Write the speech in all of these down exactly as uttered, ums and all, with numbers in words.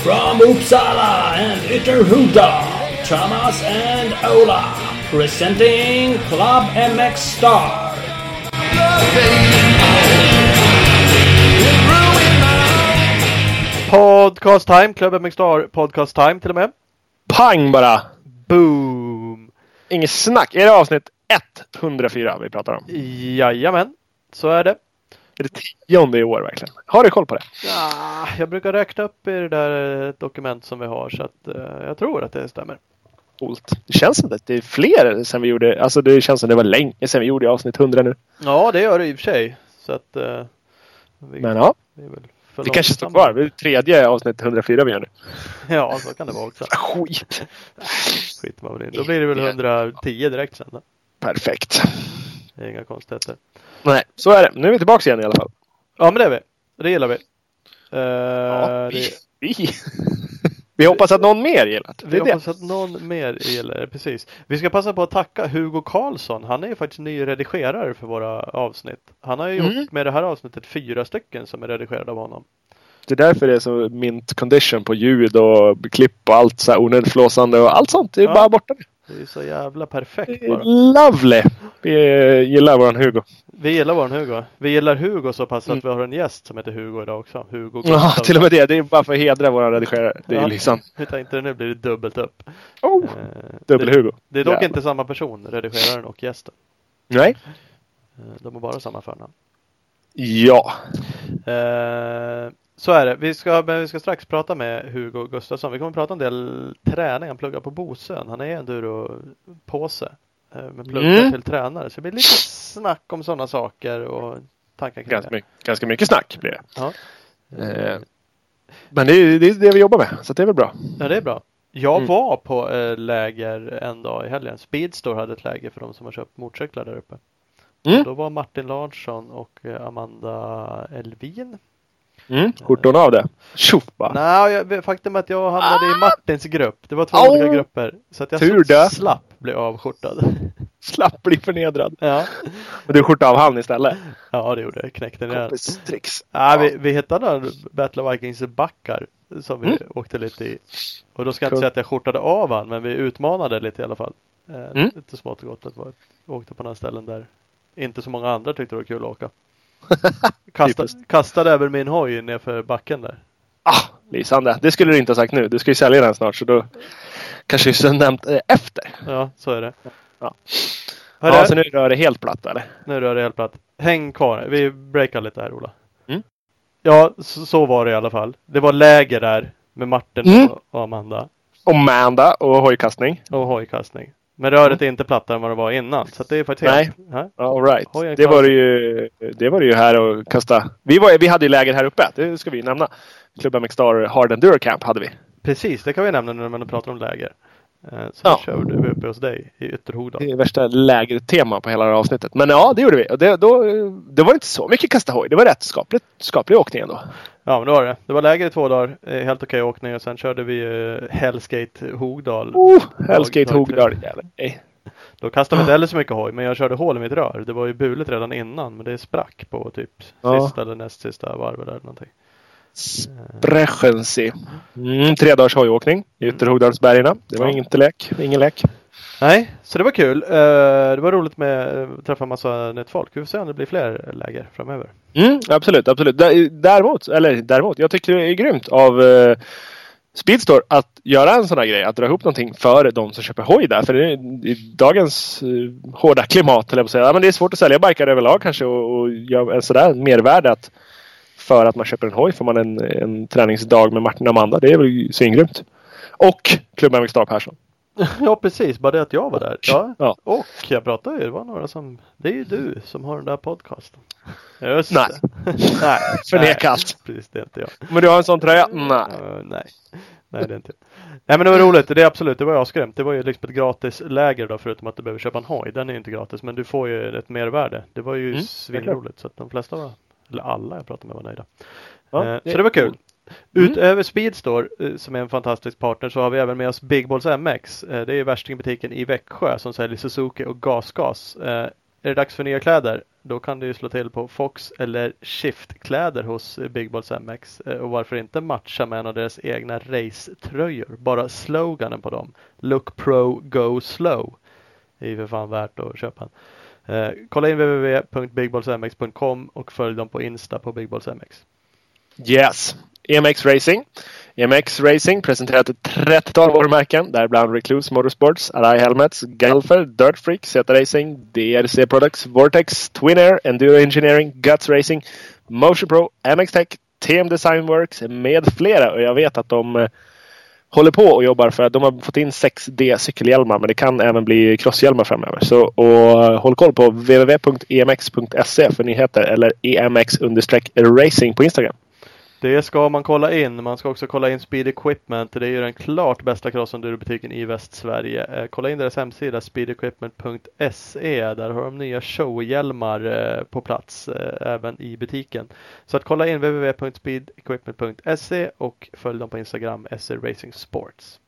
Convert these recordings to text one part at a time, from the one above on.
from Uppsala and Ytterhuda, Thomas and Ola, presenting Club M X Star. Podcast time, Club M X Star, podcast time till och med. Pang bara! Boom! Inget snack. Är det avsnitt etthundrafyra vi pratar om? Jajamän, så är det. Är det tionde i år verkligen? Har du koll på det? Ja, jag brukar räkna upp i det där dokument som vi har, så att uh, jag tror att det stämmer. Coolt. Det känns som att det är fler sen vi gjorde, alltså det känns som det var länge sen vi gjorde avsnitt hundra nu. Ja, det gör det i och för sig. Så att, uh, vi, Men ja, vi är väl det kanske står kvar. Det är tredje avsnitt hundrafyra vi gör nu. Ja, så kan det vara också. Skit. Skit man väl in. Då blir det väl hundratio direkt sen då. Perfekt. Det är inga konstigheter. Nej, så är det. Nu är vi tillbaka igen i alla fall. Ja, men det är vi. Det gillar vi. Uh, ja, vi, det... vi. Vi hoppas att någon mer gillar det. Vi hoppas att någon mer gillar det, precis. Vi ska passa på att tacka Hugo Karlsson. Han är ju faktiskt ny redigerare för våra avsnitt. Han har ju mm. gjort med det här avsnittet fyra stycken som är redigerade av honom. Det är därför det är så mint condition på ljud och klipp och allt så här onödigt flåsande och allt sånt. Det är ja. bara borta. Det är så jävla perfekt bara. Lovely! Vi gillar våran Hugo. Vi gillar våran Hugo. Vi gillar Hugo så pass att mm. vi har en gäst som heter Hugo idag också. Hugo ja, till och med det. Det är bara för att hedra våran redigerare. Det är ja. liksom... Jag tänkte nu blir det dubbelt upp. Oh, uh, dubbel Hugo. Det är dock ja. inte samma person, redigeraren och gästen. Nej. Uh, de har bara samma förnamn. Ja. Uh, Så är det. Vi ska, men vi ska strax prata med Hugo Gustafsson. Vi kommer att prata en del träning. Han pluggar på Bosön. Han är enduro-påse. Men pluggar mm. till tränare. Så det blir lite snack om sådana saker. Och tankar kring ganska, det. Mycket, ganska mycket snack blir det. Ja. Eh, men det är, det är det vi jobbar med. Så det är väl bra. Ja, det är bra. Jag mm. var på äh, läger en dag i helgen. Speedstore hade ett läger för de som har köpt motorcyklar där uppe. Mm. Då var Martin Larsson och Amanda Elvin. Mm, skjortorna av det. Tjoff bara. Nej, faktum är att jag hamnade ah! i Martins grupp. Det var två oh! olika grupper. Så att jag Tur så slapp bli avskjortad. Slapp bli förnedrad. Ja. Men du skjortade av han istället? Ja, det gjorde jag. Knäckte ner. Kompis-tricks. Ja, ja. Vi, vi hittade Battle of Vikings backar som vi mm. åkte lite i. Och då ska jag inte säga att jag skjortade av han, men vi utmanade lite i alla fall. Eh, mm. Lite smått och gott att vi åkte på några ställen där inte så många andra tyckte det var kul att åka. Kasta, kastade över min hoj ner för backen där. Ah, lysande. Det skulle du inte ha sagt nu. Du ska ju sälja den snart, så då kanske du nämnt eh, efter. Ja, så är det. Ja, ja så nu rör det helt platt, eller? Nu rör det helt platt. Häng kvar. Vi breakar lite här, Ola. Mm. Ja, så, så var det i alla fall. Det var läger där med Martin mm. och Amanda. Och Amanda och hojkastning. Och hojkastning. Men röret är inte plattare än vad det var innan. Så det är faktiskt Nej, helt, all right. Det var det, ju, det var det ju här och kasta. Vi, var, vi hade ju läger här uppe, det ska vi nämna. Club M X Star Hard Enduro Camp hade vi. Precis, det kan vi nämna när man pratar om läger. Så ja. körde vi uppe hos dig i Ytterhuda. Det är värsta lägertema på hela det här avsnittet. Men ja, det gjorde vi. Och det, då, det var inte så mycket kasta hoj. Det var rätt skapligt, skaplig åkning ändå. Ja, men det var det. Det var läger i två dagar. Helt okej åkning. Och sen körde vi uh, Hellskate Hogdal. Oh, Hellskate Hogdal. Nej. Då kastade vi inte heller så mycket hoj. Men jag körde hål i mitt rör. Det var ju bulet redan innan. Men det sprack på typ ja. sista eller näst sista varvet eller någonting. Sprechensi. Mm, tre dagars hojåkning i Ytterhogdalsbergarna. Det var ja. inte lek. Ingen lek. Nej, så det var kul. Uh, det var roligt med att träffa massa nytt folk. Vi får se om det blir fler läger framöver. Mm, absolut, absolut. Däremot, eller däremot, jag tycker det är grymt av uh, Speedstore att göra en sån här grej. Att dra ihop någonting för de som köper hoj där. För det är, i dagens uh, hårda klimat, eller jag säga. Ja, men det är svårt att sälja bikar överlag kanske. Och, och göra en sådär mervärde att för att man köper en hoj får man en, en träningsdag med Martin och Amanda. Det är väl svingrymt. Och Club M X Star Persson. Ja, precis. Bara det att jag var där. Ja. ja. Och jag pratade ju. Det var några som... Det är ju du som har den där podcasten. Just nej. nej. Förneka allt. Precis, det är inte jag. Men du har en sån tröja? Nej. Uh, nej. Nej, det är inte jag. Nej, men det var roligt. Det är absolut. Det var jag skrämt. Det var ju liksom ett gratis läger då. Förutom att du behöver köpa en hoj. Den är ju inte gratis. Men du får ju ett mervärde. Det var ju mm, svinroligt. Så att de flesta var... Eller alla jag pratade med var nöjda. Ja, uh, det så det var kul. Mm. Utöver Speedstore som är en fantastisk partner så har vi även med oss Big Balls M X. Det är värstingbutiken i Växjö som säljer Suzuki och gasgas. Är det dags för nya kläder? då kan du ju slå till på Fox eller Shift-kläder hos Big Balls M X. Och varför inte matcha med en av deras egna race-tröjor? Bara sloganen på dem. Look pro, go slow. Det är ju för fan värt att köpa en. Eh, kolla in w w w punkt big balls m x punkt com och följ dem på Insta på Big Balls M X. Yes. E M X Racing. E M X Racing presenterat ett trettiotal varumärken, däribland Recluse Motorsports, Arai Helmets, Galfer, Dirt Freak, Z Racing, D R C Products, Vortex, Twin Air, Enduro Engineering, Guts Racing, Motion Pro, M X Tech, T M Design Works med flera. Och jag vet att de eh, håller på och jobbar för att de har fått in sex D cykelhjälmar, men det kan även bli crosshjälmar framöver. Så och, håll koll på w w w punkt e m x punkt s e för nyheter eller e m x racing på Instagram. Det ska man kolla in. Man ska också kolla in Speed Equipment. Det är ju den klart bästa cross-enduro-butiken i Västsverige. Eh, kolla in deras hemsida speed equipment punkt s e. Där har de nya showhjälmar eh, på plats eh, även i butiken. Så att kolla in w w w punkt speed equipment punkt s e och följ dem på Instagram S E Racing Sports.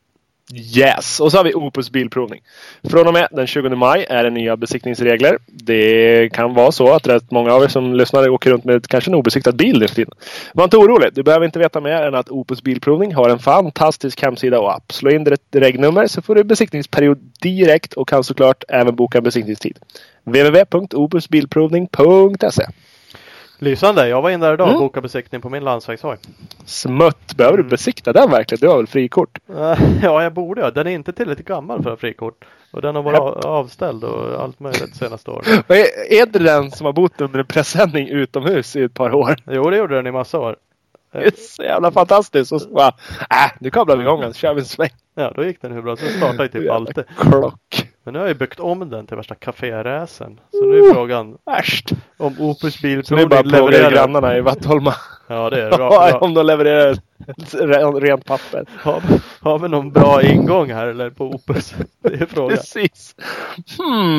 Yes, och så har vi Opus Bilprovning. Från och med den tjugonde maj är det nya besiktningsregler. Det kan vara så att rätt många av er som lyssnar åker runt med kanske en obesiktad bil nu för tiden. Var inte orolig, du behöver inte veta mer än att Opus Bilprovning har en fantastisk hemsida och app. Slå in ditt regnummer så får du besiktningsperiod direkt och kan såklart även boka en besiktningstid. w w w punkt opus bilprovning punkt s e. Lysande, jag var in där idag och Mm. bokade besiktning på min landsvägshoj. Smutt, behöver du besikta den verkligen? Du har väl frikort? Ja, jag borde. Ja. Den är inte tillräckligt gammal för att ha frikort. Och den har varit av- avställd och allt möjligt senaste året. Är är det den som har bott under en presenning utomhus i ett par år? Jo, det gjorde den i massa år. Det är så jävla fantastiskt. Och så bara, äh, nu kablar vi igång den. Kör vi en sväng. Ja, då gick den hur bra. Så startade ju typ alltid. Klock. Men nu har jag ju byggt om den till värsta kaféräsen. Så nu är frågan Värst. om Opus Så nu Bilprovning bara plågar levererar. grannarna i Vattholma. Ja, det är bra. bra. Om de levererar ett re- rent papper. Har, har vi någon bra ingång här eller på Opus? Det är frågan. Precis. Hmm.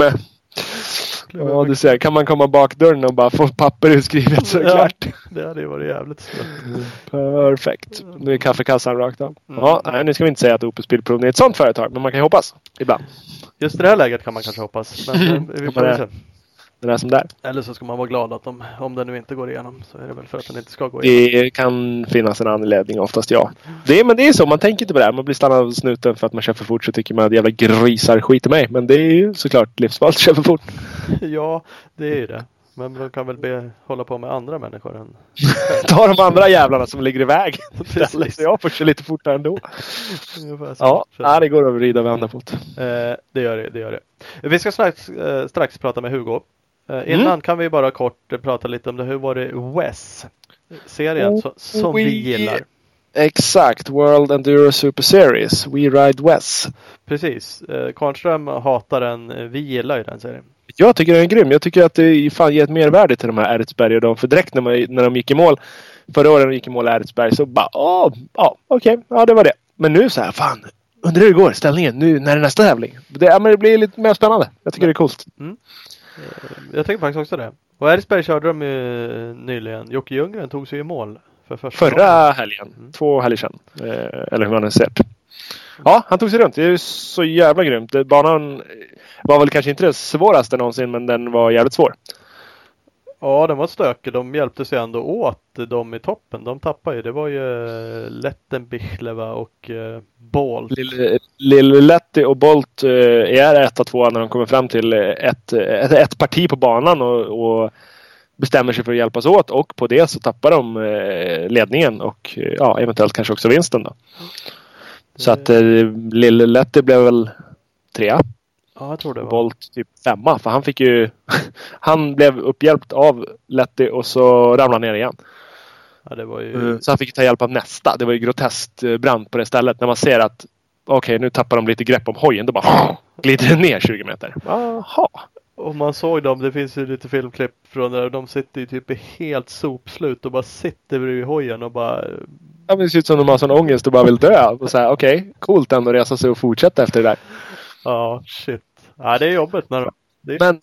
Ja, du ser. Kan man komma bak dörren och bara få papper utskrivet så är det Ja. klart. Det hade ju varit jävligt snabbt. Perfekt. Nu är kaffekassan rakt av. Ja, nej, nu ska vi inte säga att Opus Bilprovning är ett sånt företag, men man kan ju hoppas. Ibland. Just i det här läget kan man kanske hoppas. Men eh, vi får väl se. Det är som där. Eller så ska man vara glad att de, om den nu inte går igenom, så är det väl för att den inte ska gå igenom. Det kan finnas en anledning, oftast ja. Det är, men det är så, man tänker inte på det här. Man blir stannad av snuten för att man kör för fort, så tycker man att jävla grisar skiter mig. Men det är ju såklart livsfarligt att köra för fort. Ja, det är ju det. Men de kan väl be, hålla på med andra människor än... Ta de andra jävlarna som ligger i vägen. Precis. Så jag får köra lite fortare ändå. Ungefär så. Ja, Så- ja, det går att vrida och vända på det. Eh, det gör det, det gör det. Vi ska strax, eh, strax prata med Hugo. Eh, innan Mm. kan vi bara kort eh, prata lite om det. Hur var det Wes? Serien så, som vi We- gillar. Exakt, World Enduro Super Series. We Ride West. Precis. Eh, Karnström hatar den. Eh, Vi gillar ju den serien. Jag tycker den är grym. Jag tycker att det fan ger ett mervärde till de här Eritsberg och de. För direkt när, man, när de gick i mål, förra året när de gick i mål i Eritsberg, så bara, åh, ja, okej, ja det var det. Men nu så här, fan, undrar hur det går ställningen nu när det är nästa tävling. Det, ja, men det blir lite mer spännande. Jag tycker det är coolt. Jag tänker faktiskt också det. Och Erisberg körde de ju nyligen. Jocke Ljunggren tog sig i mål för första Förra gången. helgen, två helger sedan. Eh, eller hur man har sett. Ja, han tog sig runt. Det är så jävla grymt. Det- Banan var väl kanske inte det svåraste någonsin, men den var jävligt svår. Ja, den var stökig. De hjälpte sig ändå åt de i toppen. De tappade ju. Det var ju eh, Lettenbichleva och eh, Bolt. Lille, Lille Letti och Bolt eh, är ett två när de kommer fram till eh, ett, ett, ett parti på banan och, och bestämmer sig för att hjälpas åt. Och på det så tappar de eh, ledningen och eh, ja, eventuellt kanske också vinsten då. Så att eh, Lille Letti blev väl trea. Ja, jag tror det var. Bolt typ femma. För han fick ju han blev upphjälpt av Letti och så ramlade han ner igen. Ja, det var ju... Så han fick ta hjälp av nästa. Det var ju groteskt eh, brant på det stället. När man ser att okej, okay, nu tappar de lite grepp om hojen. Då bara glider det ner tjugo meter. Jaha. Och man såg dem, det finns ju lite filmklipp från där. De sitter ju typ i helt sopslut och bara sitter bredvid hojen och bara... Ja, men det ser ut som de har sån ångest och bara vill dö. Och så här, okej, okay, coolt ändå att resa sig och fortsätta efter det där. Ja, shit. Ja, det är jobbigt när de... Det är... Men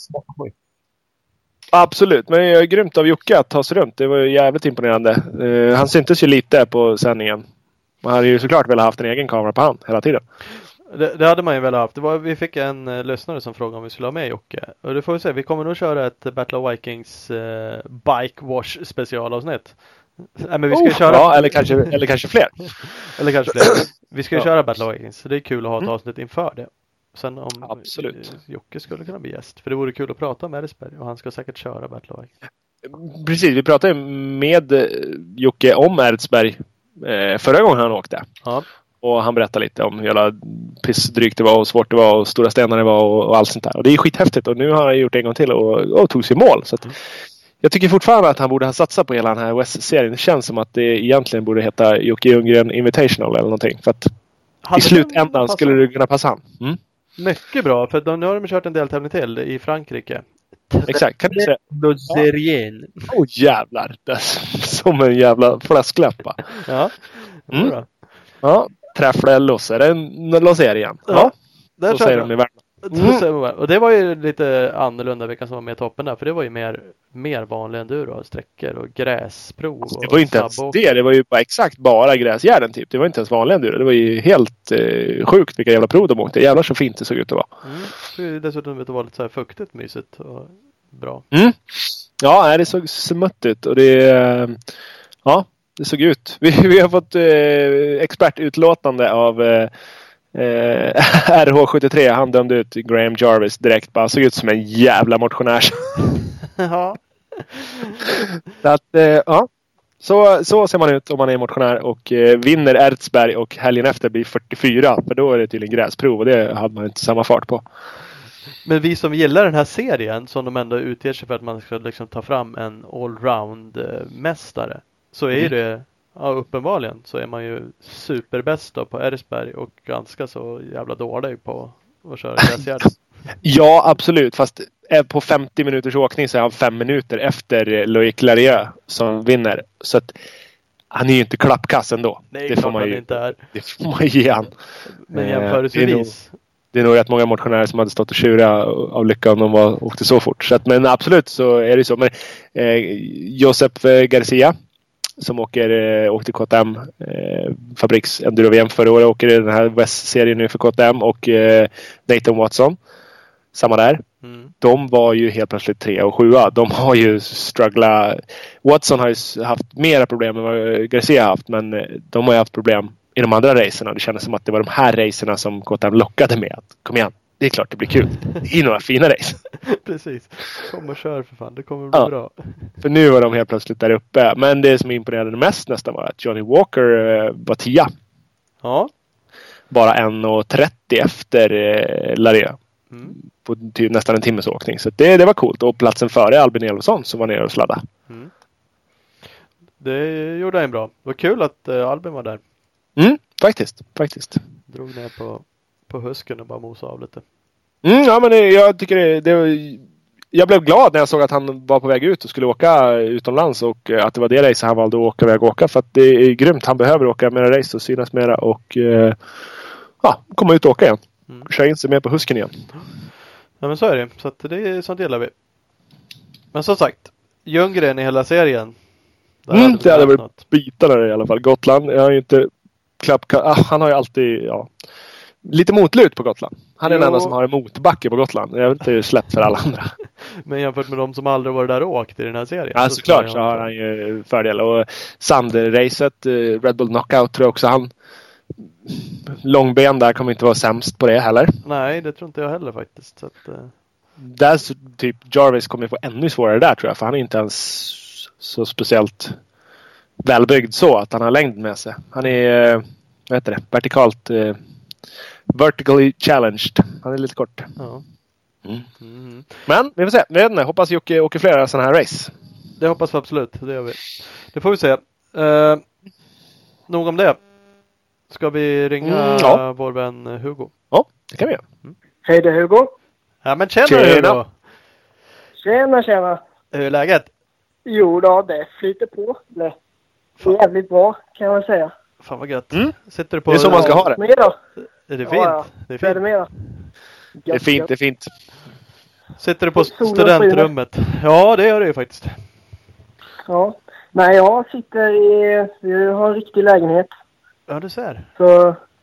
absolut, men det är grymt av Jocke att ta sig runt. Det var ju jävligt imponerande. Uh, han syntes ju lite på sändningen. Man hade ju såklart velat haft en egen kamera på han hela tiden. Det, det hade man ju väl haft. Det var, vi fick en uh, lyssnare som frågade om vi skulle ha med Jocke. Och det får vi se. Vi kommer nog köra ett Battle of Vikings uh, Bike Wash specialavsnitt. Nej, men vi ska oh, köra... Ja, eller kanske, eller kanske fler. eller kanske fler. Vi ska ju ja. köra Battle of Vikings. Så det är kul att ha ett mm. avsnitt inför det. Sen om Absolut. Jocke skulle kunna bli gäst. För det vore kul att prata om Erisberg. Och han ska säkert köra Battle of Vikings. Precis, vi pratade med Jocke om Edsberg eh, förra gången han åkte. Ja. Och han berättade lite om hur jävla pissdrygt det var och svårt det var och stora stenar det var och, och allt sånt där. Och det är skithäftigt och nu har han gjort det en gång till och, och tog sig mål. Så att, mm. jag tycker fortfarande att han borde ha satsat på hela den här West-serien. Det känns som att det egentligen borde heta Jocke Ljunggren Invitational eller någonting. För att hade i slutändan skulle det kunna passa han. Mm. Mycket bra, för de, nu har de kört en deltävling till i Frankrike. Exakt, kan du säga? Serien. Åh oh, jävlar, det är som en jävla flasklappa. Ja, mm. bra. Ja, träfflellos, är det en Loserien? Ja, ja. Där så säger de i världen. Mm. Och det var ju lite annorlunda vilka som var med i toppen där. För det var ju mer, mer vanlig enduro, sträckor och gräsprov. Det var ju inte ens det, det var ju bara exakt bara gräsgärden typ. Det var inte ens vanlig enduro. Det var ju helt eh, sjukt vilka jävla prov de åkte. Jävlar så fint det såg ut att vara. Mm. Dessutom vet det var lite så här fuktigt, mysigt och bra. Mm. Ja, det såg smutt ut och det eh, ja, det såg ut. Vi, vi har fått eh, expertutlåtande av eh, Eh, R H sjuttiotre, han dömde ut Graham Jarvis direkt. Bara såg ut som en jävla motionär. Ja. Så att, eh, ja. Så, så ser man ut om man är motionär och eh, vinner Erzberg och helgen efter blir fyrtiofyra. För då är det tydligen gräsprov och det hade man inte samma fart på. Men vi som gillar den här serien, som de ändå utger sig för att man ska liksom ta fram en allround-mästare, så är mm. det, ja, uppenbarligen så är man ju superbäst då på Erisberg och ganska så jävla dålig på att köra gräsgärden. Ja, absolut. Fast på femtio minuters åkning så är han fem minuter efter Loic Larieux som vinner. Så att han är ju inte klappkass ändå. Nej, det får man ju inte är. Det får man ge han. Men jämförelsevis. Det är nog rätt många motionärer som hade stått och tjura av lycka om de var, åkte så fort. Så att, men absolut så är det så. Men eh, Josep Garcia som åker, eh, åkte K T M eh, Fabriks Enduro V M förra året, åker i den här West-serien nu för K T M, och eh, Nathan Watson samma där. Mm. De var ju helt plötsligt tre och sjua. De har ju strugglat. Watson har ju haft mera problem än vad Garcia haft, men de har ju haft problem i de andra racerna. Det kändes som att det var de här racerna som K T M lockade med. Att, kom igen, det är klart det blir kul. Det är några fina race. Precis. Kom och kör för fan, det kommer bli ja. bra. För nu var de helt plötsligt där uppe. Men det som imponerade mest nästan var att Johnny Walker eh, var tia. Ja. Bara en och trettio efter eh, Larieux. Mm. På typ nästan en timmes åkning. Så det, det var coolt. Och platsen före Albin Elofsson som var nere och sladda. Mm. Det gjorde han bra. Det var kul att uh, Albin var där. Mm, faktiskt. faktiskt. Drog ner på, på husken och bara mosade av lite. Mm, ja, men det, jag tycker det, det var, jag blev glad när jag såg att han var på väg ut och skulle åka utomlands, och uh, att det var det race han valde att åka väg åka. För att det är grymt. Han behöver åka mera race och synas mera och uh, ja, komma ut och åka igen. Mm. Köra in sig med på husken igen. Ja, men så är det. Så att det är sånt gillar vi. Men som sagt, Ljunggren i hela serien. Mm, det hade varit bitarna i alla fall. Gotland, jag har ju inte klapp, ah, han har ju alltid, ja, lite motlut på Gotland. Han är jo. den enda som har en motbacke på Gotland. Jag vet inte, det är släppt för alla andra. Men jämfört med de som aldrig varit där och åkt i den här serien. Ja, så såklart så har han ju fördel. Och Sand-racet, Red Bull Knockout, tror jag också han. Långben där kommer inte vara sämst på det heller. Nej, det tror inte jag heller faktiskt. Så att, uh... där så, typ Jarvis kommer få ännu svårare där, tror jag. För han är inte ens så speciellt välbyggd så att han har längd med sig. Han är, uh, vad heter det, vertikalt uh, vertically challenged. Han är lite kort. Ja. Mm. Mm. Men vi får se. Vi vet inte, hoppas Jocke åker flera sådana här race. Det hoppas vi absolut. Det gör vi. Det får vi se. Uh, nog om det. Ska vi ringa mm, ja. vår vän Hugo? Ja, det kan vi göra. Mm. Hej, det är Hugo. Ja, men tjena, tjena Hugo. Tjena, tjena. Hur är läget? Jo då, det flyter på. Det är jävligt bra, kan jag väl säga. Fan vad gött. Mm. Sitter du på... Det är så man ska ha det. Mer då? Är det fint? Ja, ja. Det är fint. Är det, mer det är fint, det är fint. Sitter du på studentrummet? Ja, det gör det ju faktiskt. Ja. Nej, jag sitter i... Vi har en riktig lägenhet. Ja, du ser. Så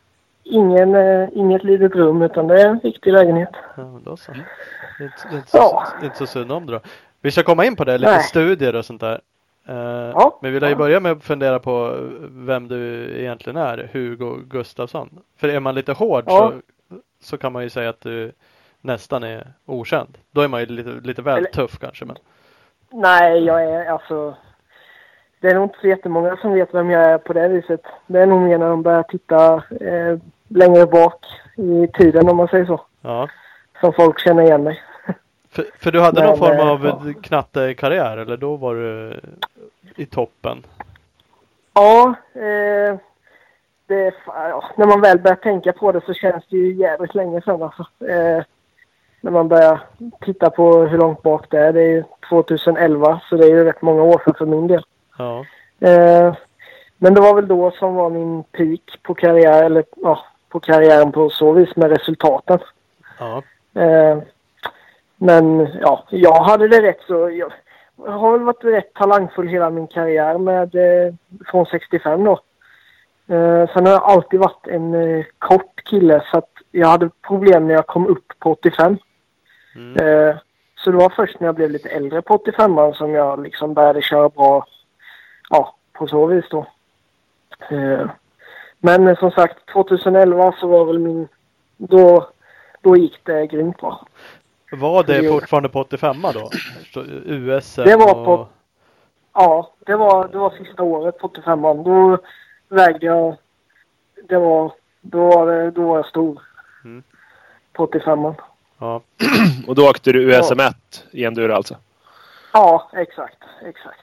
ingen, eh, inget litet rum utan det är en riktig lägenhet. Ja, men då så. Det är inte, det är inte, så, Ja. inte så synd om det då. Vi ska komma in på det, lite Nej. studier och sånt där. Uh, Ja. Men vi vill ju Ja. börja med att fundera på vem du egentligen är, Hugo Gustafsson. För är man lite hård Ja. så, så kan man ju säga att du nästan är okänd. Då är man ju lite, lite väl Eller- tuff kanske. Men... Nej, jag är alltså... Det är nog inte så jättemånga som vet vem jag är på det viset. Det är nog mer när de börjar titta eh, längre bak i tiden, om man säger så. Ja. Som folk känner igen mig. För, för du hade Men, någon form eh, av ja. knattekarriär, eller då var du i toppen? Ja, eh, det är, fa- ja, när man väl börjar tänka på det så känns det ju jävligt länge sedan. Alltså. Eh, när man börjar titta på hur långt bak det är. Det är ju tjugoelva, så det är ju rätt många år sedan för min del. Ja. Eh, men det var väl då som var min peak på karriär, eller ja, på karriären på så vis med resultaten. Ja. Eh, men ja, jag hade det rätt så... Jag, jag har väl varit rätt talangfull hela min karriär med eh, från sextiofem då. Eh, sen har jag alltid varit en eh, kort kille så att jag hade problem när jag kom upp på åttiofem. Mm. Eh, så det var först när jag blev lite äldre på åttiofem som jag liksom började köra bra, ja, på så vis då. Eh, men eh, som sagt, tjugoelva så var väl min... Då, då gick det grymt bra. Var det Jo. fortfarande på åttiofem då? Så U S M Det var och... på- Ja, det var, det var sista året på åttiofem. Då vägde jag... Det var... Då var, det, då var jag stor. Mm. På åttiofem. Ja. Och då åkte du U S M ett i enduro alltså? Ja, exakt. Exakt.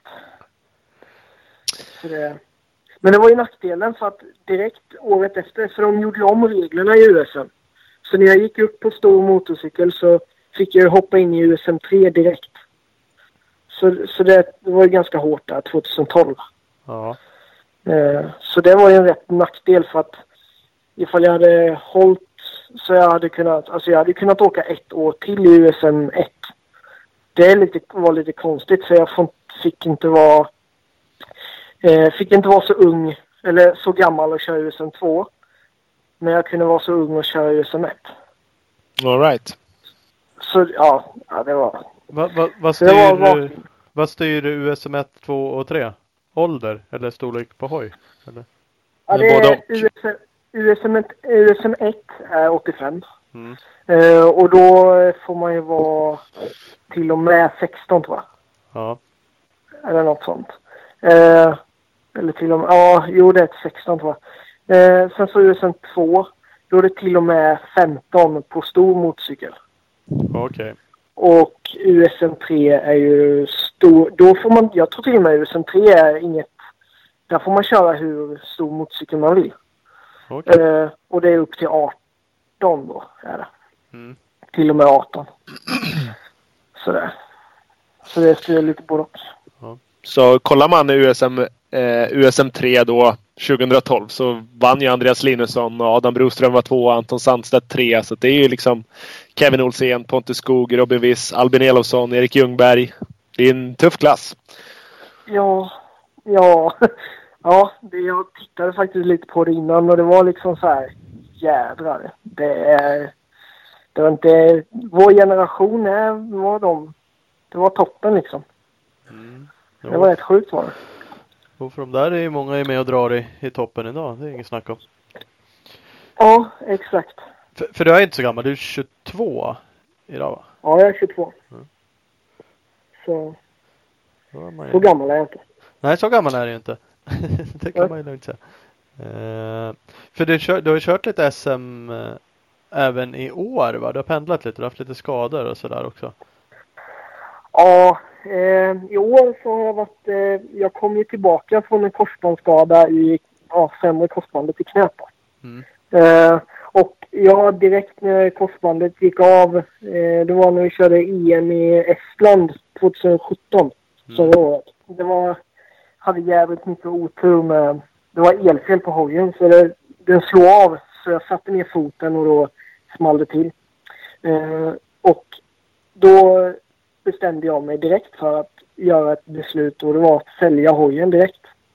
Så det, men det var ju nackdelen för att direkt året efter, för de gjorde ju om reglerna i U S M. Så när jag gick upp på stor motorcykel så fick jag hoppa in i U S M tre direkt. Så, så det, det var ju ganska hårt där, tjugotolv. Ja. Eh, så det var ju en rätt nackdel för att ifall jag hade hållit så jag hade kunnat, alltså jag hade kunnat åka ett år till i U S M ett. Det är lite, var lite konstigt för jag får, fick inte vara eh, fick inte vara så ung eller så gammal och köra U S M två. Men jag kunde vara så ung och köra U S M ett. All right. Så ja, ja det var... Vad va, va Det styr, var var- vad styr U S M ett, två och tre? Ålder eller storlek på hoj? Eller? Ja, Men det både är och. U S M, U S M ett, U S M ett är åttiofem. Mm. Eh, och då får man ju vara till och med sexton tror jag. Ja. Eller något sånt. Eh, eller till och med, ja, jo det är ett sexton tror jag. Eh, sen så U S M två, då är det till och med femton på stor motorcykel. Okej. Och U S M tre är ju stor, då får man, jag tror till och med U S M tre är inget, där får man köra hur stor motorcykel man vill. Okej. Eh, och det är upp till arton då, är det. Mm. Till och med arton. Sådär. Så det styr lite både och. Så kollar man U S M, eh, U S M tre då tjugotolv så vann ju Andreas Linusson och Adam Broström var två och Anton Sandstedt tre. Så det är ju liksom Kevin Olsén, Pontus Skog, Robin Wiss, Albin Elofsson, Erik Ljungberg. Det är en tuff klass. Ja, ja, ja, det, jag tittade faktiskt lite på det innan och det var liksom så här, jädrar, det är, det var inte, vår generation är, var de, det var toppen liksom. Mm. Det var rätt sjukt var det. Och för de där är ju många är med och drar i, i toppen idag. Det är inget snack om. Ja, exakt. För, för du är inte så gammal. Du är tjugotvå idag va? Ja, jag är tjugotvå. Mm. Så, Då är man ju... så gammal är jag inte. Nej, så gammal är det ju inte. Det kan Ja. man ju lugnt säga. Uh, för du, kör, du har ju kört lite S M uh, även i år va? Du har pendlat lite, du har haft lite skador och sådär också. Ja, eh, i år så har jag varit, eh, jag kom ju tillbaka från en korsbandsskada i ja, främre korsbandet i knät. Mm. Eh, och jag direkt när korsbandet gick av, eh, det var när vi körde E M i Estland tjugosjutton, Mm. förra året. Det var, hade jävligt mycket otur med, det var elfel på hojen så det, den slog av så jag satte ner foten och då small det till. Eh, och då bestämde jag mig direkt för att göra ett beslut och det var att sälja hojen direkt.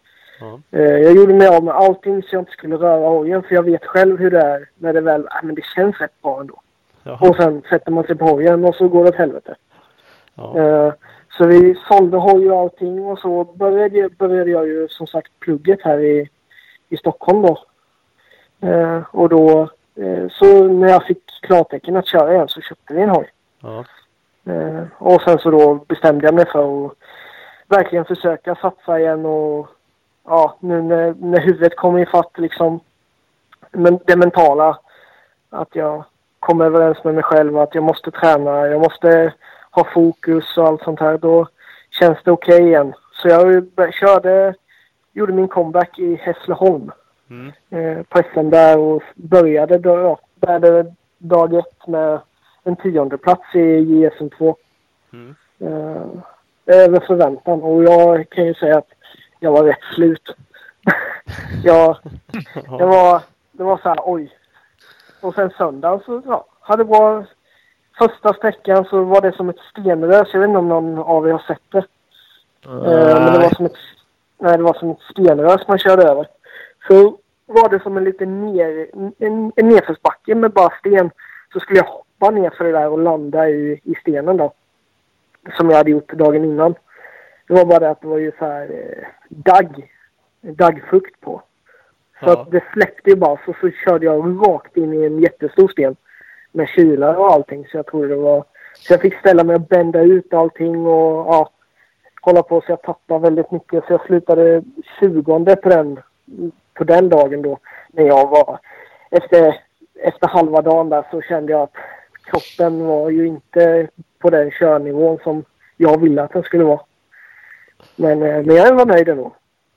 Ja. Eh, jag gjorde mig av med allting så jag inte skulle röra hojen. För jag vet själv hur det är när det väl... Äh, men det känns rätt bra ändå. Jaha. Och sen sätter man sig på hojen och så går det åt helvete. Ja. Eh, så vi sålde hoj och allting. Och så började, började jag ju som sagt plugget här i, i Stockholm då. Eh, och då... Eh, så när jag fick klartecken att köra igen så köpte vi en hoj. Ja. Eh, och sen så då bestämde jag mig för att verkligen försöka satsa igen och ja, nu när, när huvudet kommer i fatt liksom, men det mentala, att jag kommer överens med mig själv att jag måste träna, jag måste ha fokus och allt sånt här, då känns det okej okay igen. Så jag körde, gjorde min comeback i Hässleholm Mm. eh, på S M där och började, då, ja, började dag ett med en tionde plats i J S M två. Mm. Eh, över förväntan. Och jag kan ju säga att jag var rätt slut. jag, det, var, det var så här, oj. Och sen söndagen så ja, hade bra. Första sträckan så var det som ett stenrös. Jag vet inte om någon av er har sett det. Eh, men det var som ett, nej, det var som ett stenrös man körde över. Så var det som en liten ner, en, en nedförsbacke med bara sten. Så skulle jag hoppa ner för det där och landa i, i stenen då. Som jag hade gjort dagen innan. Det var bara det att det var ju så här eh, dagg. Daggfukt på. Så Ja. att det släppte ju bara. Så, så körde jag rakt in i en jättestor sten. Med kylar och allting. Så jag tror det var... Så jag fick ställa mig och bända ut allting. Och ja, kolla på så jag tappade väldigt mycket. Så jag slutade tjugonde på den, på den dagen då. När jag var... Efter, efter halva dagen där så kände jag att kroppen var ju inte på den körnivån som jag ville att den skulle vara. Men, men jag var nöjd ändå.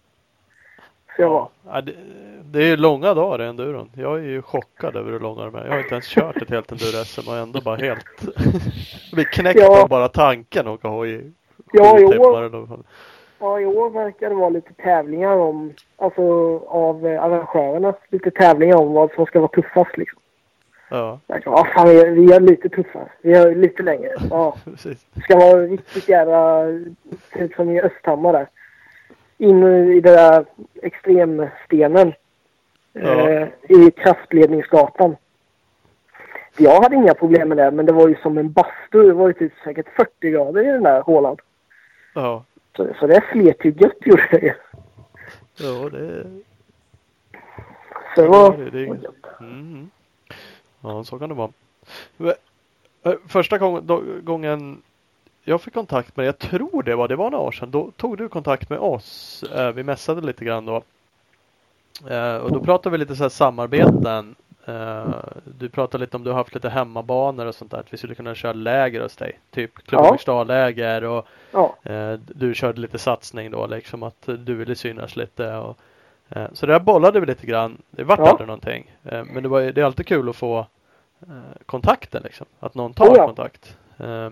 Så jag var. Ja, det, det är ju långa dagar i enduron. Jag är ju chockad över hur långa de är. Jag har inte ens kört ett helt enduro-S M och ändå bara helt... blir knäckt Ja. av bara tanken och ha i Ja, sju i timmar år, eller vad fan. ja, i år verkar det vara lite tävlingar om, alltså av eh, arrangörerna. Lite tävlingar om vad som ska vara tuffast liksom. Ja, Ja, fan, vi, vi är lite tuffare. Vi är lite längre. Ja. precis. Det ska vara riktigt jävla, typ som i Östhammar där. In i den där extremstenen. Ja. Eh, I kraftledningsgatan. Jag hade inga problem med det, men det var ju som en bastu. Det var ju typ säkert fyrtio grader i den där hålan. Ja, Så, så det slet ju gött, gjorde det ju. ja det, Så det var... det, det, det är mm. Ja, så kan det vara. Men, äh, första gång, då, gången jag fick kontakt med, jag tror det var, det var några år sedan, då tog du kontakt med oss. Äh, vi mässade lite grann då. Äh, och då pratade vi lite så här samarbeten. Äh, du pratade lite om du har haft lite hemmabanor och sånt där. Att vi skulle kunna köra läger hos dig. Typ Klubbhögstad-läger och Ja. äh, du körde lite satsning då. Liksom att du ville synas lite. Och, äh, så där bollade vi lite grann. Det vart Ja. aldrig någonting. Äh, men det, var, det är alltid kul att få äh, kontakten liksom. Att någon tar Oh ja. kontakt. Äh,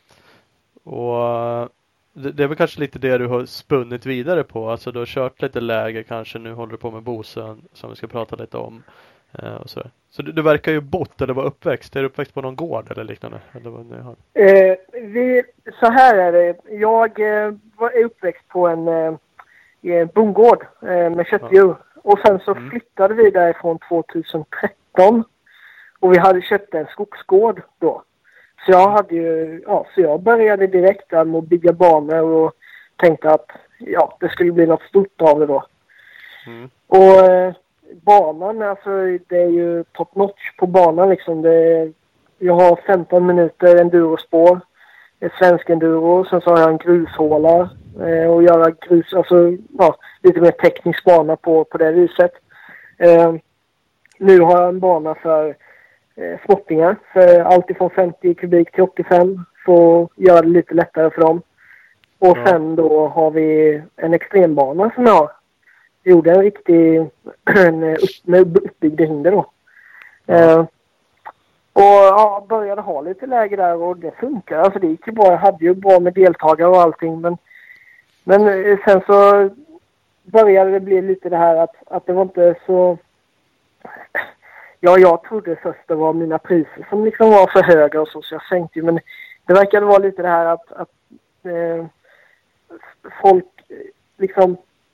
och det, det är väl kanske lite det du har spunnit vidare på. Alltså du har kört lite läger kanske. Nu håller du på med Bosön som vi ska prata lite om. Uh, och så så du, du verkar ju bott eller var uppväxt. Är du uppväxt på någon gård eller liknande? Eller vad ni har? Eh, vi, så här är det. Jag eh, var är uppväxt på en eh, bondgård eh, med köttdjur. Och sen så Mm. flyttade vi därifrån tjugohundratretton. Och vi hade köpt en skogsgård då. Så jag hade ju, ja, så jag började direkt där med att bygga banor och tänkte att ja, det skulle bli något stort av det då. Mm. Och eh, banan, alltså det är ju top notch på banan liksom. Det är, jag har femton minuter endurospår, ett svensk enduro, sen så har jag en grushåla eh, och göra grus, alltså ja, lite mer teknisk bana på, på det viset. Eh, nu har jag en bana för eh, småttingar, för allt ifrån femtio kubik till åttiofem, för att göra det lite lättare för dem. Och Ja. sen då har vi en extrembana som jag har. Jag gjorde en riktig en upp, med uppbyggda hinder då. Ja. Eh, och ja, började ha lite läge där och det funkar. Alltså det gick ju bra. Jag hade ju bra med deltagare och allting. Men, men eh, sen så började det bli lite det här att, att det var inte så... Ja, jag trodde först det var mina priser som liksom var för höga och så, så jag sänkte ju. Men det verkade vara lite det här att, att eh, folk liksom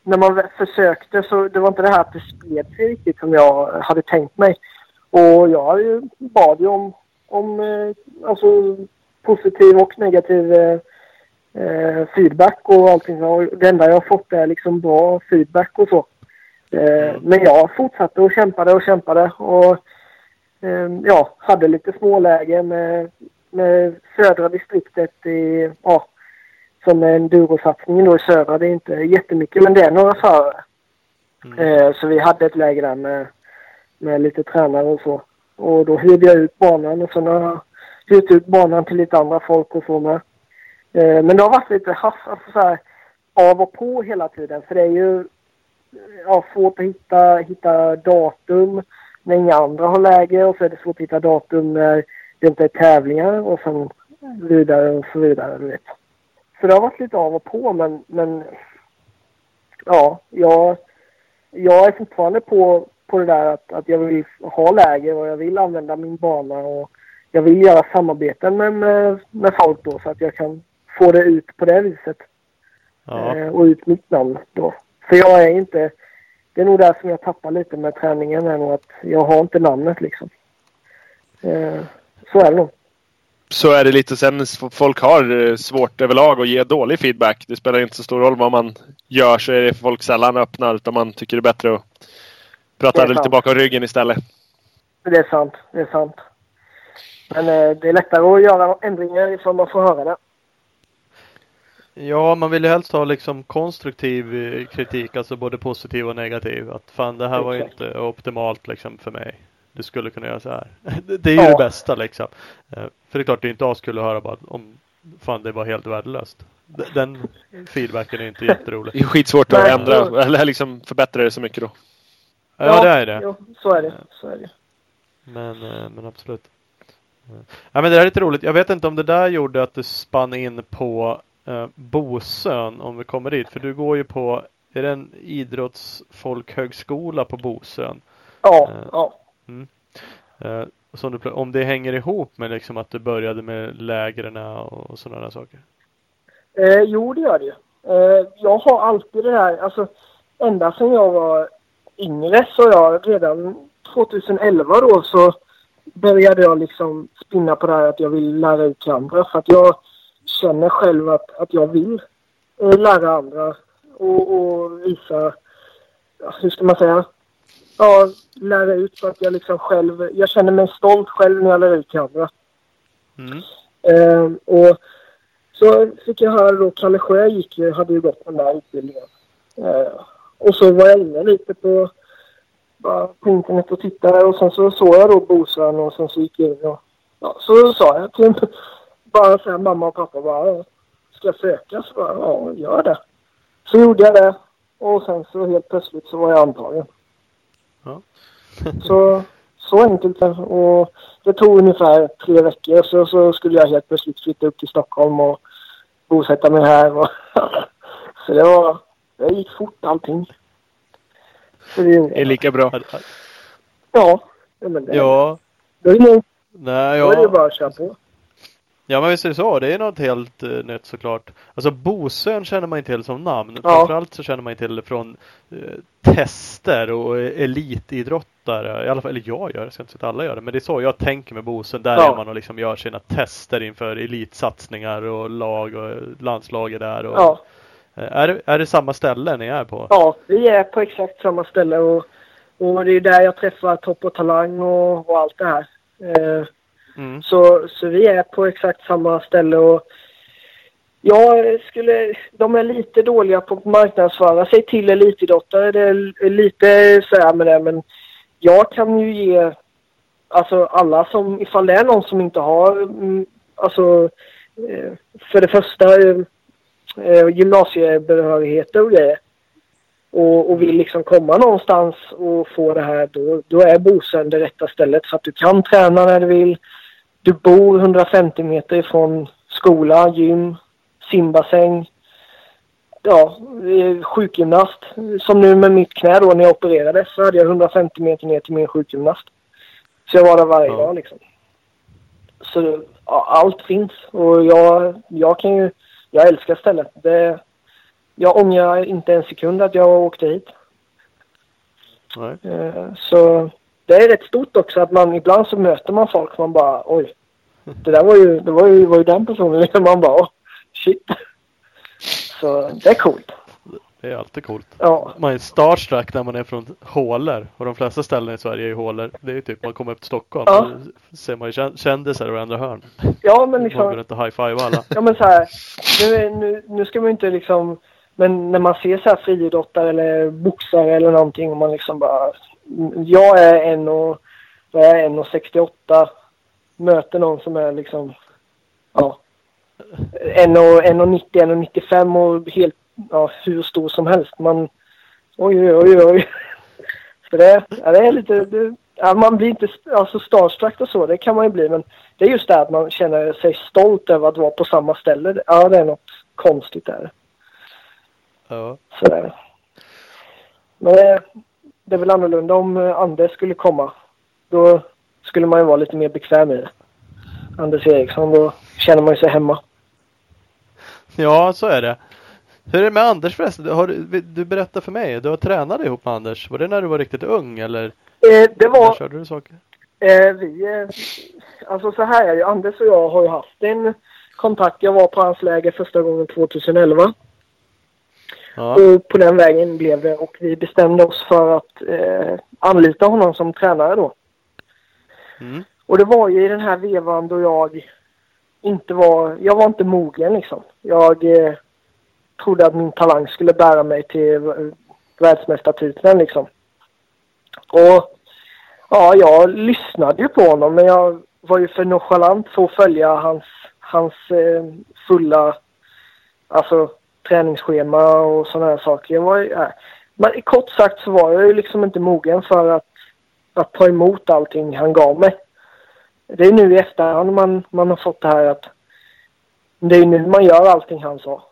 när man väl försökte så det var inte det här att det spred sig riktigt som jag hade tänkt mig. Och jag bad ju om, om eh, alltså positiv och negativ eh, eh, feedback och allting. Och det enda jag har fått är liksom bra feedback och så. Eh, men jag fortsatte och kämpade och kämpade och eh, ja, hade lite småläge med, med södra distriktet i, ja, som är endurosatsningen då i södra. Det är inte jättemycket men det är några förare. Mm. Eh, så vi hade ett läge där med, med lite tränare och så. Och då hyrde jag ut banan och så har jag hyrt ut banan till lite andra folk och så med. Eh, men det har varit lite hass, alltså så här, av och på hela tiden. För det är ju ja, svårt att hitta, hitta datum när inga andra har läge. Och så är det svårt att hitta datum när det inte är tävlingar och sen vidare och så vidare. Du vet. Så det har varit lite av och på men, men ja, jag, jag är fortfarande på, på det där att, att jag vill ha läge och jag vill använda min bana och jag vill göra samarbeten med, med, med folk då så att jag kan få det ut på det viset. Ja. Eh, och ut mitt namn då. För jag är inte, det är nog där som jag tappar lite med träningen är nog att jag har inte namnet liksom. Eh, så är det nog. Så är det lite sen folk har svårt överlag att ge dålig feedback. Det spelar inte så stor roll vad man gör så är det folk sällan öppnar utan man tycker det är bättre att prata lite bakom ryggen istället. Det är sant, det är sant. Men eh, det är lättare att göra ändringar ifall man får höra det. Ja, man vill ju helst ha liksom konstruktiv kritik, alltså både positiv och negativ. Att fan, det här Exakt. var ju inte optimalt liksom för mig. Du skulle kunna göra så här. Det är ju ja. det bästa liksom. För det är klart, det är inte jag skulle höra bara om fan det var helt värdelöst. Den feedbacken är inte jätterolig. Det är skitsvårt att ändra eller liksom förbättra det så mycket då. Ja, ja det är det. Jo, så är det. Så är det. Men, men absolut. Ja, men det är lite roligt. Jag vet inte om det där gjorde att du spann in på eh, Bosön om vi kommer dit. För du går ju på, är det en idrottsfolkhögskola på Bosön? Ja, eh, ja. Mm. Eh, så du, om det hänger ihop med liksom att du började med lägren och sådana saker? Eh, jo, det gör det ju. Eh, jag har alltid det här, alltså ända sedan jag var yngre så jag redan tjugoelva då så började jag liksom spinna på det här att jag vill lära ut till andra. För att jag känner själv att, att jag vill eh, lära andra och, och visa, hur ska man säga, ja, lära ut så att jag liksom själv, jag känner mig stolt själv när jag lär ut till andra. Mm. Eh, och så fick jag höra då, Kalle Sjö gick, hade ju gått den där utbildningen. Eh, och så var jag inne lite på, bara på internet och tittade och sen så såg jag då Bosön och sen så gick jag in och ja, så sa jag till bara så här, mamma och pappa bara, ska jag söka? Så bara, ja, gör det. Så gjorde jag det och sen så helt plötsligt så var jag antagen. Ja. så, så enkelt och det tog ungefär tre veckor så, så skulle jag helt plötsligt flytta upp till Stockholm och bosätta mig här och så det var, det gick fort allting. Så det är lika bra. Ja, men det, ja. Då är det, Nej, då ja. är det bara att köra på. Ja, men visst är det så. Det är något helt uh, nytt såklart. Alltså Bosön känner man inte till som namn. Ja. Framförallt så känner man inte till det från uh, tester och elitidrottare. I alla fall, eller jag gör det, ska inte säga att alla gör det. Men det är så jag tänker med Bosön. Där ja. är man och liksom gör sina tester inför elitsatsningar och lag och landslag är där. Och, ja. uh, är, det, är det samma ställe ni är på? Ja, vi är på exakt samma ställe och, och det är där jag träffar Topp och Talang och, och allt det här. Uh, Mm. Så, så vi är på exakt samma ställe och jag skulle, de är lite dåliga på att marknadsföra sig till elitidrottare. Det är lite så här med det, men jag kan ju ge alltså alla som, ifall det är någon som inte har alltså för det första gymnasiebehörigheter och det och, och vill liksom komma någonstans och få det här, då, då är Bosön det rätta stället för att du kan träna när du vill. Du bor hundrafemtio meter ifrån skola, gym, simbassäng, ja, sjukgymnast. Som nu med mitt knä då när jag opererade så hade jag hundrafemtio meter ner till min sjukgymnast. Så jag var där varje ja. dag liksom. Så ja, allt finns och jag, jag kan ju, jag älskar stället. Det, jag ångrar inte en sekund att jag åkte hit. Nej. Eh, så det är rätt stort också att man ibland så möter man folk man bara oj. Det där var ju, det var ju, var ju den personen. Man bara oh, shit. Så det är coolt. Det är alltid coolt. Ja. Man är starstruck när man är från hålor. Och de flesta ställen i Sverige är ju hålor. Det är ju typ man kommer upp till Stockholm. Ja. Så ser man ju kändisar och andra hörn. Ja, men liksom. Man går inte high-five alla. Ja, men så här. Nu, nu, nu ska man inte liksom. Men när man ser så här friidrottare eller boxare eller någonting. Och man liksom bara. Jag är en och. Jag är en och sextioåtta. Möter någon som är liksom. Ja. En och, en och nittio, en och nittiofem och helt. Ja, hur stor som helst. Man, oj, oj, oj. Så det, ja, det är lite, det, ja, man blir inte alltså starstruck och så, det kan man ju bli. Men det är just det att man känner sig stolt över att vara på samma ställe. Ja, det är något konstigt där. Ja. Så det, men det, det är väl annorlunda om Anders skulle komma. Då skulle man ju vara lite mer bekväm i det. Anders Eriksson, då känner man ju sig hemma. Ja, så är det. Hur är det med Anders förresten? Har du, du berättade för mig, du har tränat ihop med Anders. Var det när du var riktigt ung eller? Eh, det var... Körde du saker? Eh, vi... Eh, alltså så här är det. Anders och jag har ju haft en kontakt. Jag var på hans läger första gången tjugoelva. Ja. Och på den vägen blev det. Och vi bestämde oss för att eh, anlita honom som tränare då. Mm. Och det var ju i den här vevan då jag inte var... Jag var inte mogen liksom. Jag... Eh, trodde att min talang skulle bära mig till världsmästartiteln liksom. Och ja, jag lyssnade ju på honom, men jag var ju för nonchalant för att följa hans, hans eh, fulla alltså träningsschema och sådana här saker. Jag var ju, äh, men kort sagt så var jag ju liksom inte mogen för att, att ta emot allting han gav mig. Det är nu i efterhand man, man har fått det här att det är nu man gör allting han sa.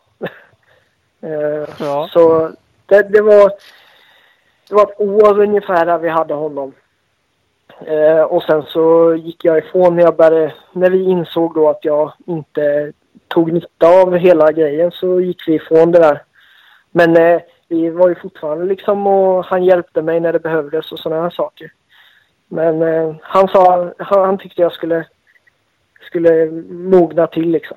Uh, ja. Så det, det var det var ett år ungefär där vi hade honom. Uh, och sen så gick jag ifrån när jag började, när vi insåg då att jag inte tog nytta av hela grejen, så gick vi ifrån det där. Men uh, vi var ju fortfarande liksom, och han hjälpte mig när det behövdes och sådana här saker. Men uh, han sa, han, han tyckte jag skulle skulle mogna till liksom.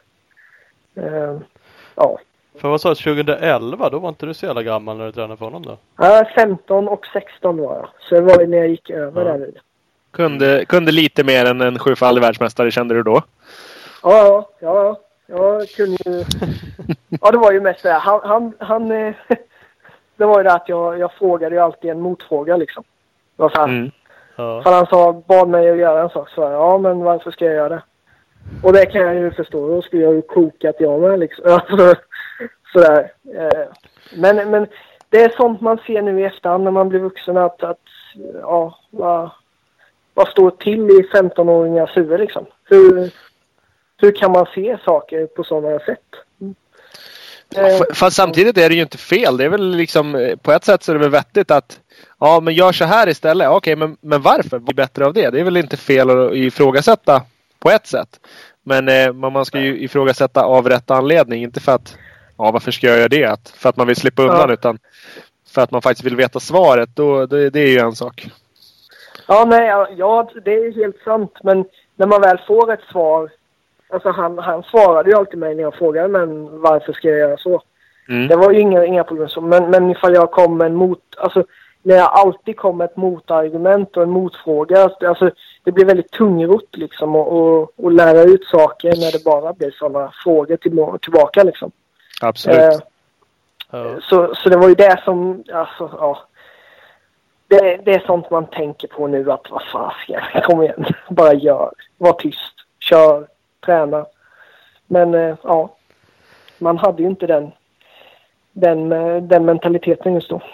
Uh, ja. För vad sa du, tjugoelva? Då var inte du så jävla gammal när du tränade för honom då? Ja, femton och sexton var jag. Så det var ju när jag gick över ja. där. Kunde, kunde lite mer än en sjufaldig världsmästare, kände du då? Ja, ja, ja. Jag kunde ju... Ja, det var ju mest det. Han, han, han det var ju det att jag, jag frågade ju alltid en motfråga liksom. Vad fan? Mm. Ja. För han sa, bad mig att göra en sak. Så ja, men varför ska jag göra det? Och det kan jag ju förstå. Då skulle jag ju kokat jag med liksom. Sådär. Men, men det är sånt man ser nu i efterhand när man blir vuxen, att, att ja, vad, vad står till i femton-åringars huvud liksom. Hur, hur kan man se saker på sådana sätt? Mm. Ja, fast samtidigt är det ju inte fel. Det är väl liksom, på ett sätt så är det väl vettigt att ja, men gör så här istället. Okej, men, men varför blir bättre av det? Det är väl inte fel att ifrågasätta på ett sätt. Men eh, man ska ju ifrågasätta av rätt anledning. Inte för att, ja varför ska jag göra det? Att, för att man vill slippa undan, ja. Utan för att man faktiskt vill veta svaret. Då, det, det är ju en sak. Ja, nej, ja, det är helt sant. Men när man väl får ett svar. Alltså han, han svarade ju alltid mig när jag frågade, men varför ska jag göra så? Mm. Det var ju inga, inga problem så. Men, men ifall jag kom med en mot... Alltså när jag alltid kom med ett motargument och en motfråga. Alltså det blir väldigt tungrott liksom. Och, och, och lära ut saker när det bara blir sådana frågor till, tillbaka liksom. Absolut. Eh, ja. så, så det var ju det som... Alltså, ja. Det, det är sånt man tänker på nu, att vad fan ska jag, kom igen. Bara gör. Var tyst. Kör. Träna. Men eh, ja. Man hade ju inte den den, den mentaliteten just då.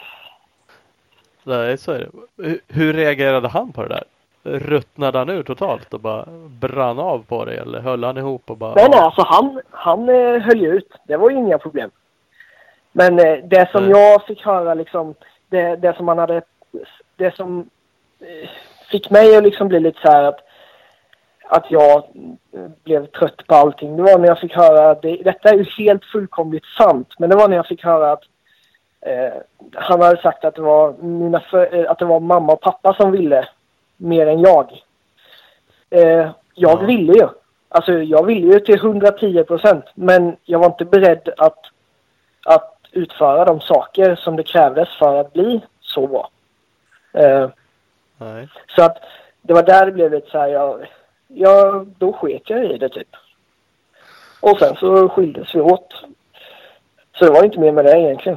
Nej, så är det. Hur reagerade han på det där? Ruttnade han ur totalt och bara brann av på det? Eller höll han ihop och bara... Nej, nej, alltså han, han eh, höll ut. Det var ju inga problem. Men eh, det som nej. jag fick höra liksom, det, det som han hade, det som eh, fick mig att liksom bli lite så här att att jag blev trött på allting. Det var när jag fick höra att det, detta är ju helt fullkomligt sant, men det var när jag fick höra att eh, han hade sagt att det var mina för, att det var mamma och pappa som ville mer än jag. Eh, jag ja. ville ju. Alltså jag ville ju till hundratio procent, men jag var inte beredd att att utföra de saker som det krävdes för att bli så bra. Eh, Nej. Så att det var där det blev lite så här, jag, jag, då sket jag i det typ. Och sen så skildes vi åt. Så det var inte mer med det egentligen.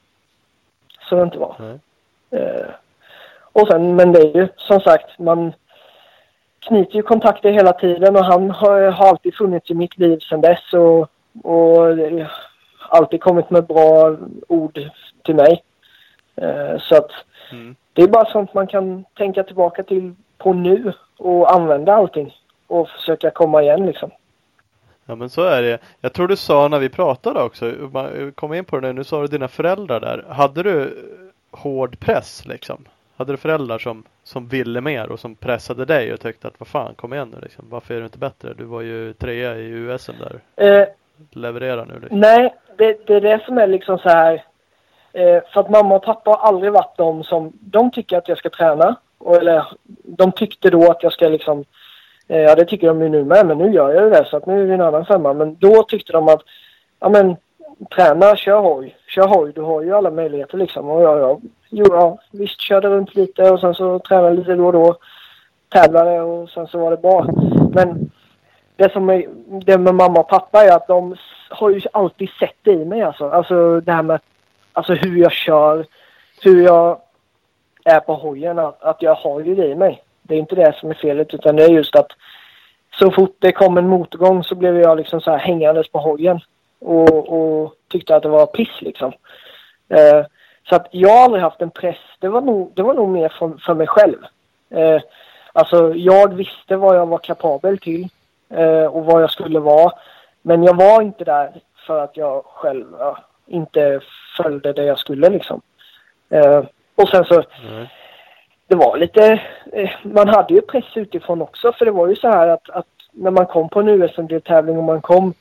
Så det inte var. Nej. Eh, och sen, men det är ju som sagt, man knyter ju kontakter hela tiden och han har, har alltid funnits i mitt liv sedan dess och, och det, alltid kommit med bra ord till mig. Eh, så att Mm. det är bara sånt man kan tänka tillbaka till på nu och använda allting och försöka komma igen liksom. Ja, men så är det. Jag tror du sa när vi pratade också, man kom in på det nu, nu sa du dina föräldrar där. Hade du hård press liksom? Hade du föräldrar som, som ville mer och som pressade dig och tyckte att vad fan, kom igen nu liksom. Varför är du inte bättre? Du var ju trea i U S där. Eh, Leverera nu liksom. nej, det, det är det som är liksom så här. Eh, för att mamma och pappa har aldrig varit de som, de tycker att jag ska träna. Och, eller de tyckte då att jag ska liksom, eh, ja det tycker de ju nu med, men nu gör jag ju det så att nu är det en annan femma. Men då tyckte de att, ja men träna, kör hoj, kör hoj, du har ju alla möjligheter liksom. Och jag, jag jo, ja, visst körde runt lite och sen så tränade lite då och då, tävlade och sen så var det bra. Men det som är, det med mamma och pappa är att de har ju alltid sett det i mig alltså. Alltså det här med alltså hur jag kör, hur jag är på hojen, att, att jag har ju det i mig. Det är inte det som är felet, utan det är just att så fort det kom en motgång så blev jag liksom så här hängandes på hojen och, och tyckte att det var piss liksom. Eh, så att jag har aldrig haft en press. Det var nog, det var nog mer för, för mig själv. Eh, alltså jag visste vad jag var kapabel till eh, och vad jag skulle vara. Men jag var inte där för att jag själv ja, inte följde det jag skulle liksom. Eh, och sen så Mm. det var lite, eh, man hade ju press utifrån också, för det var ju så här att, att när man kom på en U S M-tävling och man kom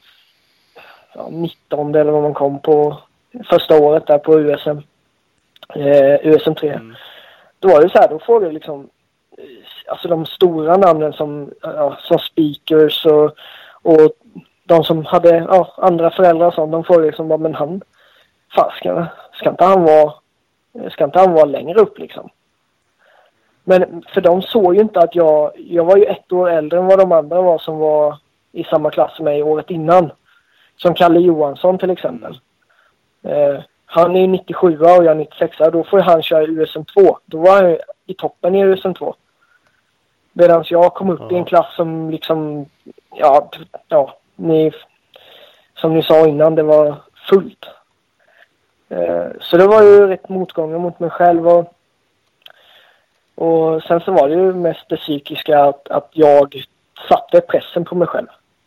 ja, nitton eller vad man kom på första året där på U S M eh, U S M tre mm. Då var det så här, då får du liksom alltså de stora namnen som, ja, som speakers och, och de som hade ja, andra föräldrar och sånt, de får liksom bara, men han fan, ska, ska inte han vara ska inte han vara längre upp liksom. Men för de såg ju inte att jag jag var ju ett år äldre än vad de andra var som var i samma klass som mig året innan. Som Kalle Johansson till exempel. Eh, han är nittiosju och jag är nittiosex, då får han köra U S M två. Då var han i toppen i U S M två. Medan jag kom upp ja. i en klass som liksom ja, ja ni, som ni sa innan, det var fullt. Eh, så det var ju rätt motgångar mot mig själv och Och sen så var det ju mest det psykiska att, att jag satte pressen på mig själv.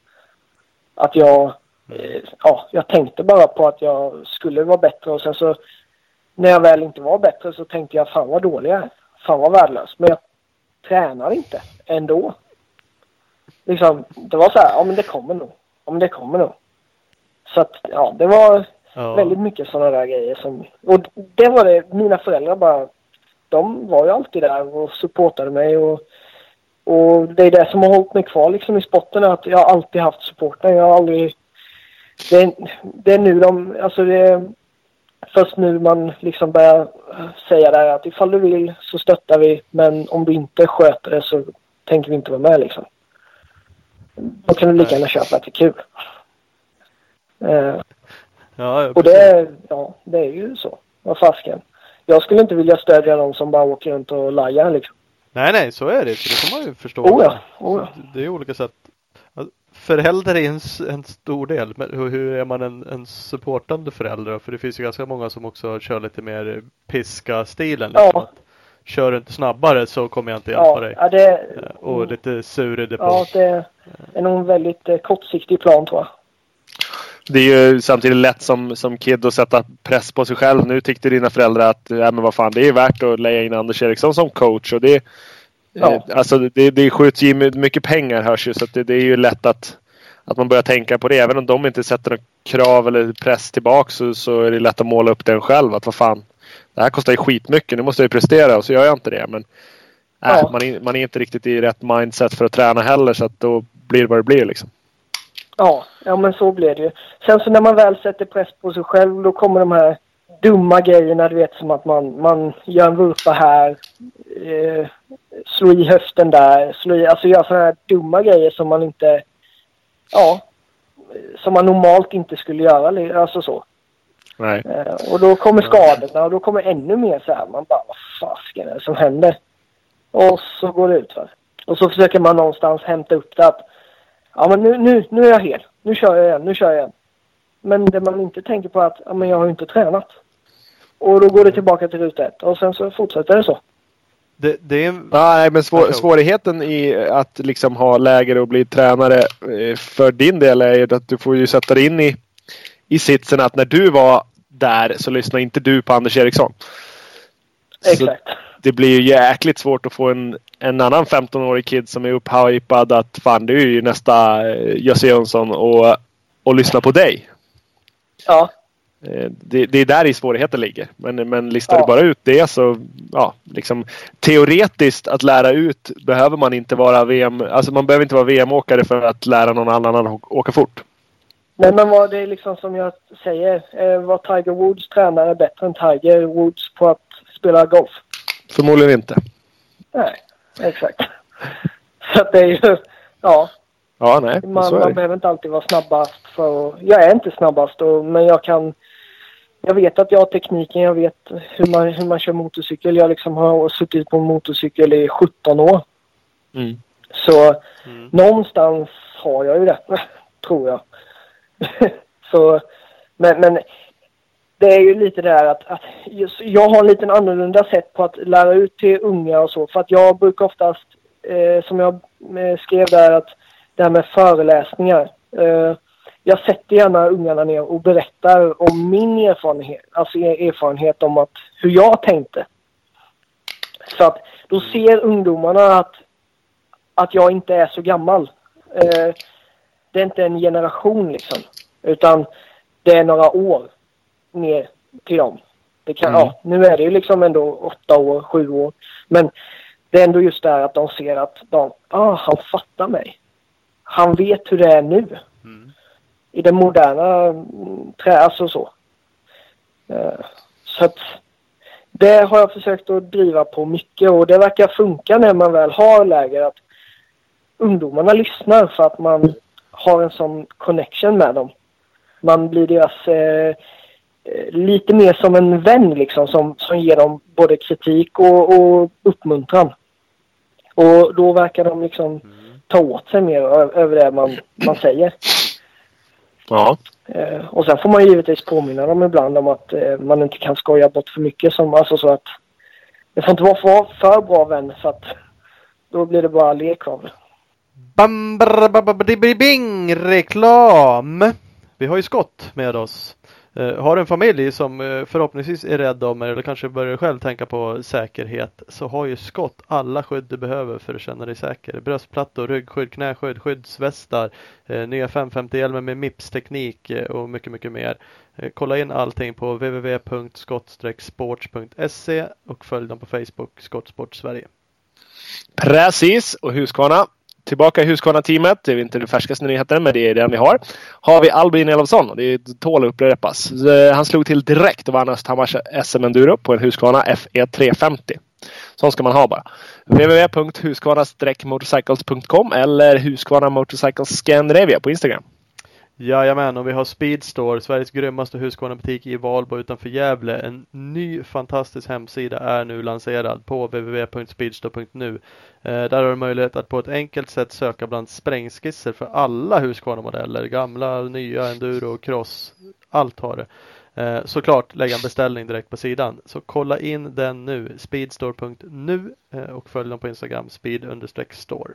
Att jag, eh, ja, jag tänkte bara på att jag skulle vara bättre och sen så när jag väl inte var bättre så tänkte jag fan vad dålig jag är. Fan vad värdelös. Men jag tränar inte ändå. Liksom, det var så här, ja men det kommer nog. Ja men det kommer nog. Så att, ja det var ja. väldigt mycket sådana där grejer som, och det var det, mina föräldrar bara de var ju alltid där och supportade mig och, och det är det som har hållit mig kvar liksom i sporten, att jag har alltid haft supporten. Jag har aldrig det, det är nu de, alltså det är först nu man liksom börjar säga där att ifall du vill så stöttar vi, men om du inte sköter det så tänker vi inte vara med liksom. Då kan du lika gärna köpa till kul. Uh, ja, och det, ja, det är ju så. Vad fasken. Jag skulle inte vilja stödja någon som bara åker runt och lajar liksom. Nej, nej, så är det. Så det får man ju förstå. Oh ja, oh ja. Det är olika sätt. Förälder är en, en stor del. Men hur, hur är man en, en supportande förälder? För det finns ju ganska många som också kör lite mer piska-stilen. Liksom. Ja. Kör du inte snabbare så kommer jag inte hjälpa ja, dig. Ja, det, och lite sur är det på. Ja, det är nog en väldigt eh, kortsiktig plan tror jag. Det är ju samtidigt lätt som, som kid att sätta press på sig själv. Nu tyckte dina föräldrar att ja, men vad fan, det är värt att lägga in Anders Eriksson som coach. Och det, Ja. Alltså det, det skjuts ju mycket pengar hörs ju, så att det, det är ju lätt att, att man börjar tänka på det. Även om de inte sätter några krav eller press tillbaka så, så är det lätt att måla upp den själv. Att vad fan, det här kostar ju skitmycket, nu måste jag ju prestera och så gör jag inte det. Men äh, ja. man, är, man är inte riktigt i rätt mindset för att träna heller, så att då blir det vad det blir liksom. Ja, ja men så blir det ju. Sen så när man väl sätter press på sig själv, då kommer de här dumma grejerna, du vet, som att man, man gör en vurpa här, eh, slå i höften där, slå i, alltså gör sådana här dumma grejer som man inte, ja, som man normalt inte skulle göra, alltså så. Nej. Eh, och då kommer skadorna och då kommer ännu mer så här, man bara, vad fasken är det som händer? Och så går det ut för. Och så försöker man någonstans hämta upp det att, ja men nu, nu, nu är jag hel, nu kör jag igen, nu kör jag igen. Men det man inte tänker på är att, ja men jag har ju inte tränat. Och då går det tillbaka till ruta ett. Och sen så fortsätter det så. Det, det är en... ah, nej, men svår, svårigheten i att liksom ha läger och bli tränare för din del är att du får ju sätta dig in i, i sitsen att när du var där så lyssnade inte du på Anders Eriksson. Exakt. Så det blir ju jäkligt svårt att få en, en annan femton-årig kid som är upphypad att fan, du är ju nästa Jösse Jönsson och, och lyssna på dig. Ja. Det, det är där i svårigheten ligger. Men, men listar ja. du bara ut det så, ja, liksom teoretiskt att lära ut behöver man inte vara V M, alltså man behöver inte vara V M-åkare för att lära någon annan att åka fort. Nej, men vad det är liksom som jag säger, eh, var Tiger Woods tränare bättre än Tiger Woods på att spela golf? Förmodligen inte. Nej, exakt. Så att det är ju, ja. Ja, nej. Man, man behöver inte alltid vara snabbast. För, jag är inte snabbast, och, men jag kan... Jag vet att jag har tekniken, jag vet hur man, hur man kör motorcykel. Jag liksom har suttit på en motorcykel i sjutton år. Mm. Så mm. någonstans har jag ju det, tror jag. Så, men, men det är ju lite där att, att just, jag har en liten annorlunda sätt på att lära ut till unga och så. För att jag brukar oftast, eh, som jag skrev där, att det här med föreläsningar. Eh, jag sätter gärna ungarna ner och berättar om min erfarenhet. Alltså erfarenhet om att, hur jag tänkte. Så att då ser ungdomarna att, att jag inte är så gammal. Eh, det är inte en generation liksom. Utan det är några år ner till dem. Det kan, mm. ja, nu är det ju liksom ändå åtta år, sju år. Men det är ändå just där att de ser att de, ah, han fattar mig. Han vet hur det är nu. Mm. I den moderna trä, alltså så. Uh, så att det har jag försökt att driva på mycket, och det verkar funka när man väl har läger, att ungdomarna lyssnar för att man har en sån connection med dem. Man blir deras eh, lite mer som en vän liksom, som, som ger dem både kritik och, och uppmuntran. Och då verkar de liksom mm. ta åt sig mer över det man, man säger. Ja. Eh, och sen får man givetvis påminna dem ibland om att eh, man inte kan skoja bort för mycket. Som, alltså så att det får inte vara för, för bra vän, för att då blir det bara lek av det. Bam, bam, bam, bam, bing, reklam! Vi har ju Scott med oss. Uh, har en familj som uh, förhoppningsvis är rädd om er, eller kanske börjar själv tänka på säkerhet, så har ju Scott alla skydd du behöver för att känna dig säker. Bröstplattor, ryggskydd, knäskydd, skyddsvästar, uh, nya fem femtio-hjälmen med M I P S-teknik uh, och mycket, mycket mer. Uh, kolla in allting på w w w punkt skott sports punkt se och följ dem på Facebook, Skottsport Sverige. Precis, och Husqvarna. Tillbaka i Husqvarna-teamet. Det är inte det färskaste nyheten, men det är den vi har. Har vi Albin Elofsson, och det tål att upprepas. Han slog till direkt och vann Östhammars S M-enduro på en Husqvarna F E tre femtio. Sån ska man ha bara. w w w punkt husqvarna motorcycles punkt com eller Husqvarna Motorcycles Scandinavia på Instagram. Jajamän, och vi har Speedstore, Sveriges grymmaste Husqvarna-butik i Valbo utanför Gävle. En ny fantastisk hemsida är nu lanserad på w w w punkt speedstore punkt nu. Eh, där har du möjlighet att på ett enkelt sätt söka bland sprängskisser för alla Husqvarna-modeller. Gamla, nya, enduro, cross, allt har det. Eh, såklart lägga en beställning direkt på sidan. Så kolla in den nu, speedstore punkt nu, eh, och följ dem på Instagram, speed-store.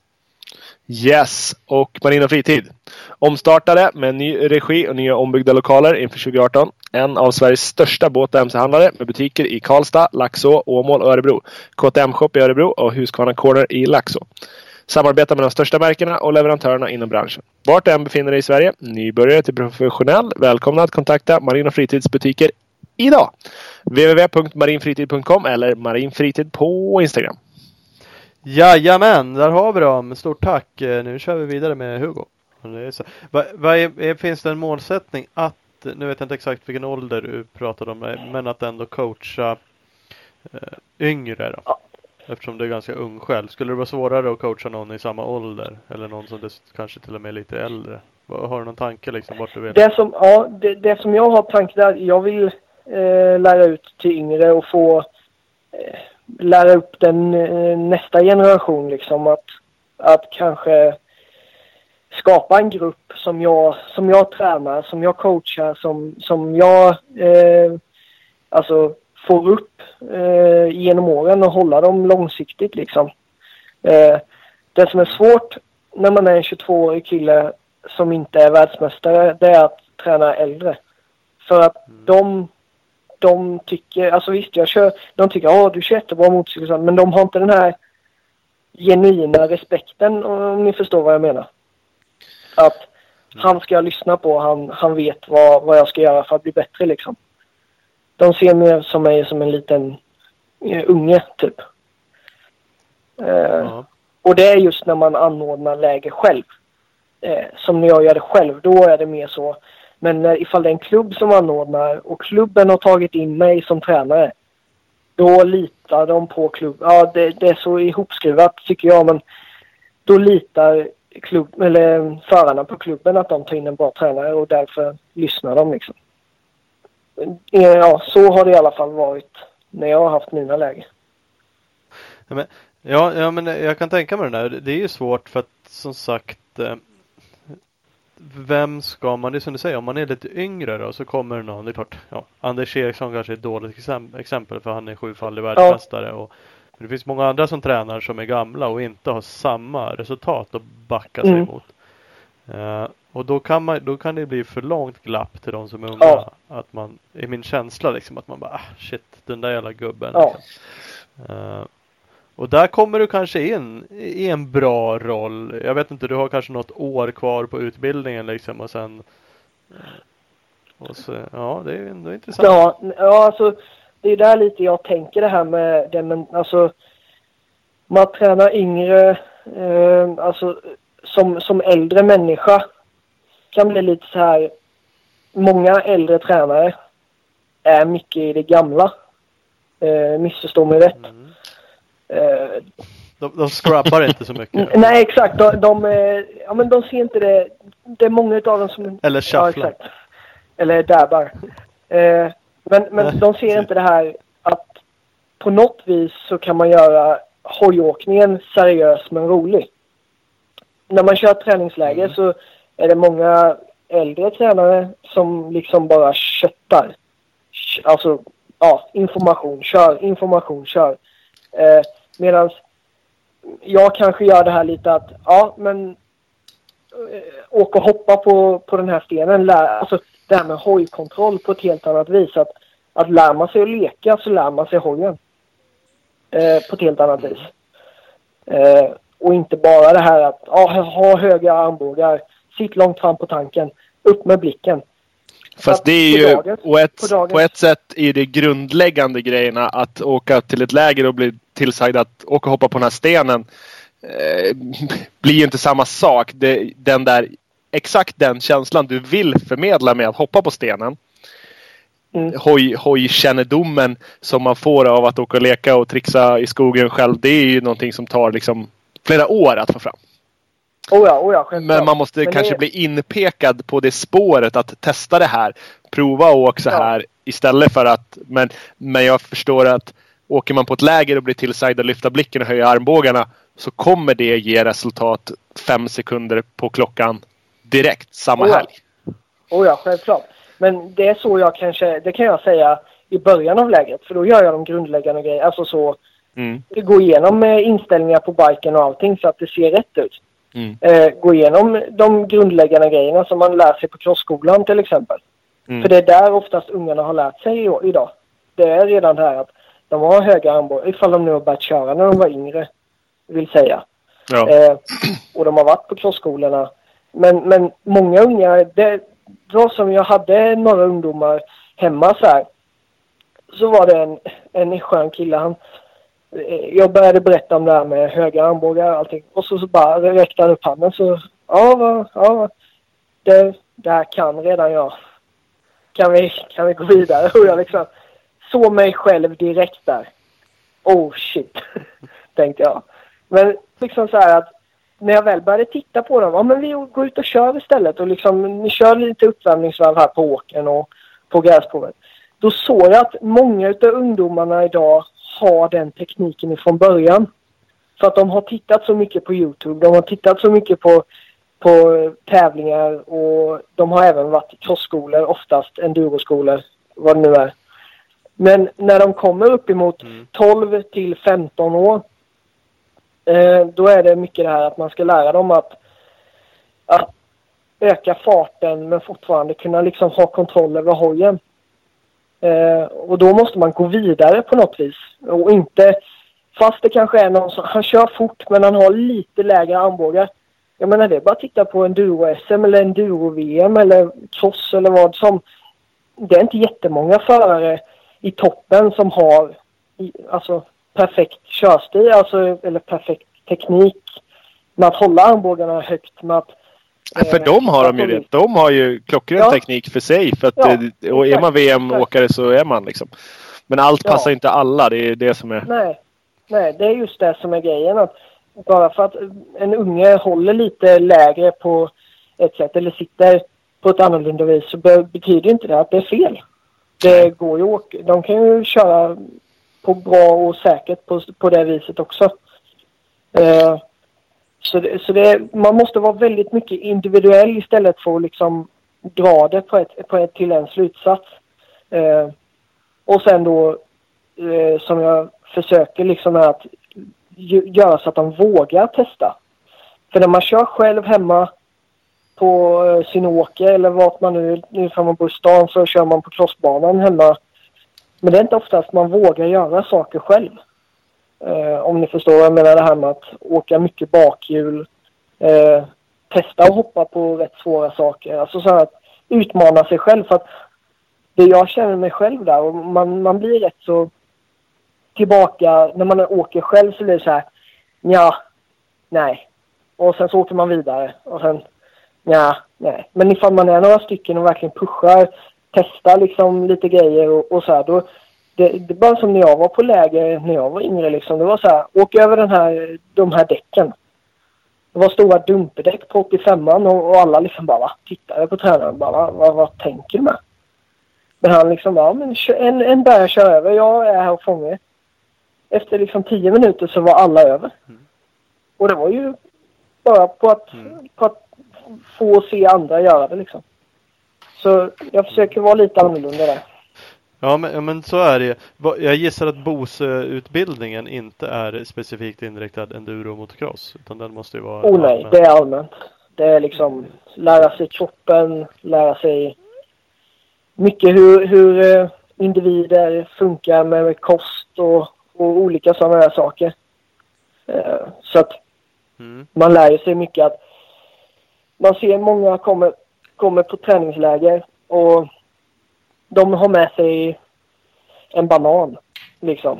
Yes, och Marina Fritid omstartade med ny regi och nya ombyggda lokaler inför tjugo arton. en av Sveriges största båt- och mc-handlare med butiker i Karlstad, Laxå, Åmål och Örebro. K T M-shop i Örebro och Husqvarna Corner i Laxå. Samarbetar med de största märkena och leverantörerna inom branschen. Vart du än befinner dig i Sverige, nybörjare till professionell, välkomna att kontakta Marin och Fritidsbutiker idag. w w w punkt marinfritid punkt com eller marinfritid på Instagram. Jajamän, där har vi dem. Stort tack. Nu kör vi vidare med Hugo. Det är så. Va, va är, är, finns det en målsättning att, nu vet jag inte exakt vilken ålder du pratade om, men att ändå coacha eh, yngre då? Ja. Eftersom du är ganska ung själv. Skulle det vara svårare att coacha någon i samma ålder? Eller någon som kanske till och med är lite äldre? Har du någon tanke liksom vart du vill? Det som, ja, det, det som jag har tanke där, jag vill eh, lära ut till yngre och få eh, lära upp den eh, nästa generation liksom. Att, att kanske skapa en grupp som jag, som jag tränar, som jag coachar, som, som jag eh, alltså får upp eh, genom åren och hålla dem långsiktigt liksom. Eh, det som är svårt när man är en tjugotvåårig kille som inte är världsmästare, det är att träna äldre. För att mm. de, de tycker, alltså visst jag kör, de tycker ja du kör jättebra motorcykel, men de har inte den här genuina respekten, om ni förstår vad jag menar. Att mm. han ska jag lyssna på, han, han vet vad, vad jag ska göra för att bli bättre liksom. De ser mig som mig som en liten uh, unge typ. Uh, ja. Och det är just när man anordnar läger själv. Uh, som när jag gör det själv, då är det mer så. Men när, ifall det är en klubb som anordnar och klubben har tagit in mig som tränare, då litar de på klubben. Ja, det, det är så ihopskrivet tycker jag, men då litar klubb, eller förarna på klubben att de tar in en bra tränare och därför lyssnar de liksom. Ja, så har det i alla fall varit när jag har haft mina läger. Ja, men, ja, ja, men jag kan tänka mig det där. Det är ju svårt för att som sagt, eh, vem ska man, det är som du säger, om man är lite yngre då så kommer någon, det är klart, ja, Anders Eriksson kanske är ett dåligt exempel för han är sjufaldig världsmästare ja. och det finns många andra som tränar som är gamla och inte har samma resultat att backa sig mm. mot. Uh, och då kan, man, då kan det bli för långt glapp till de som är unga. Ja. Att man, är min känsla liksom, att man bara, ah, shit, den där jävla gubben. Ja. Liksom. Uh, och där kommer du kanske in i en bra roll. Jag vet inte, du har kanske något år kvar på utbildningen liksom och sen... Och så, ja, det är ändå intressant. Ja, ja alltså... Det är där lite jag tänker det här med det, men alltså man tränar yngre, eh, alltså som, som äldre människa kan bli lite så här, många äldre tränare är mycket i det gamla, eh, missförstår mig rätt. Mm. Eh, de, de scrubbar inte så mycket. Nej, exakt, de, de, ja, men de ser inte det, det är många av dem som... Eller shufflar. Ja, eller dabbar. Eh, Men, men de ser inte det här att på något vis så kan man göra hojåkningen seriös men rolig. När man kör träningsläger mm. så är det många äldre tränare som liksom bara köttar. Alltså, ja, information, kör, information, kör. Eh, Medan jag kanske gör det här lite att, ja men äh, åka och hoppa på, på den här stenen. Lär, alltså, det här med hojkontroll på ett helt annat vis. Att, att lär man sig att leka så lär man sig hojen. Eh, på ett helt annat vis. Eh, och inte bara det här att ah, ha höga armbågar, sitt långt fram på tanken, upp med blicken. Fast att det är ju dagen, på, ett, på, på ett sätt är det grundläggande grejerna att åka till ett läger och bli tillsagd att åka och hoppa på den här stenen eh, blir ju inte samma sak. Det, den där exakt den känslan du vill förmedla med att hoppa på stenen. Mm. Hoj, hojkännedomen som man får av att åka och leka och trixa i skogen själv. Det är ju någonting som tar liksom flera år att få fram. Oh ja, oh ja, men man måste Men kanske det... bli inpekad på det spåret att testa det här. Prova och åka så här ja. Istället för att... Men, men jag förstår att åker man på ett läger och blir tillsagd att lyfta blicken och höja armbågarna så kommer det ge resultat fem sekunder på klockan direkt samma oh ja. helg. Oh ja, självklart. Men det är så jag kanske, det kan jag säga i början av läget. För då gör jag de grundläggande grejer. Alltså så, mm. gå igenom inställningar på biken och allting så att det ser rätt ut. Mm. Eh, gå igenom de grundläggande grejerna som man lär sig på crossskolan till exempel. Mm. För det är där oftast ungarna har lärt sig idag. Det är redan här att de har höga armbågar, ifall de nu har börjat köra när de var yngre, vill säga. Ja. Eh, och de har varit på crossskolorna. Men, men många unga, det var som jag hade några ungdomar hemma så här. Så var det en, en skön kille, han, jag började berätta om det här med höga armbågar och allting. Och så, så bara räckte han upp handen så, ja, va, ja det, det här kan redan jag. Kan vi, kan vi gå vidare? Och jag liksom såg mig själv direkt där. Oh shit, tänkte jag. Men liksom så här att när jag väl började titta på dem, ja men vi går ut och kör istället. Och liksom, ni kör lite uppvärmningsvarv här på åkern och på gräsprovet. Då såg jag att många av ungdomarna idag har den tekniken ifrån början. För att de har tittat så mycket på YouTube, de har tittat så mycket på, på tävlingar och de har även varit i crossskolor, oftast enduroskolor, vad det nu är. Men när de kommer upp emot mm. tolv till femton år, eh, då är det mycket det här att man ska lära dem att, att öka farten men fortfarande kunna liksom ha kontroll över hojen. Eh, och då måste man gå vidare på något vis. Och inte, fast det kanske är någon som, han kör fort men han har lite lägre armbågar. Jag menar det är bara att titta på enduro-S M eller enduro-V M eller cross eller vad som. Det är inte jättemånga förare i toppen som har i, alltså perfekt körstil, alltså, eller perfekt teknik med att hålla armbågarna högt, med att Ja, för de har de ju det. De har ju klockren ja. teknik för sig. För att, ja, och är man V M-åkare så är man liksom. Men allt passar ja. inte alla. Det är det som är... Nej. Nej, det är just det som är grejen. Att bara för att en unge håller lite lägre på ett sätt eller sitter på ett annorlunda vis så betyder inte det att det är fel. Det går ju åka. De kan ju köra på bra och säkert på, på det viset också. Uh, Så, det, så det, man måste vara väldigt mycket individuell istället för att liksom dra det på ett, på ett, till en slutsats. Eh, och sen då, eh, som jag försöker liksom är att göra så att de vågar testa. För när man kör själv hemma på eh, sin åker eller vart man nu, nu får man på stan så kör man på crossbanan hemma. Men det är inte oftast man vågar göra saker själv. Eh, om ni förstår vad jag menar, det här med att åka mycket bakhjul, eh, testa och hoppa på rätt svåra saker. Alltså så att utmana sig själv. För att det jag känner mig själv där och man, man blir rätt så tillbaka när man åker själv så blir det så här, ja, nej. Och sen så åker man vidare och sen, ja, nej. Men ifall man är några stycken och verkligen pushar, testar liksom lite grejer och, och så här, då Det, det var som när jag var på läger när jag var yngre liksom. Det var så här, åk över den här, de här däcken. Det var stora dumperdäck på åttiofemman och, och alla liksom bara, va? Tittade på tränaren bara, va? Vad, vad tänker du med? Men han liksom bara, men en, en börjar köra över, jag är här och fångar. Efter liksom tio minuter så var alla över. Mm. Och det var ju bara på att, mm. på att få se andra göra det liksom. Så jag försöker vara lite annorlunda där. Ja men, ja, men så är det. Jag gissar att B O S-utbildningen inte är specifikt inriktad enduro motocross. Utan den måste ju vara... Oh nej, allmänt. Det är allmänt. Det är liksom lära sig kroppen, lära sig mycket hur, hur individer funkar med kost och, och olika sådana här saker. Så att mm. man lär sig mycket att man ser många kommer, kommer på träningsläger och de har med sig en banan liksom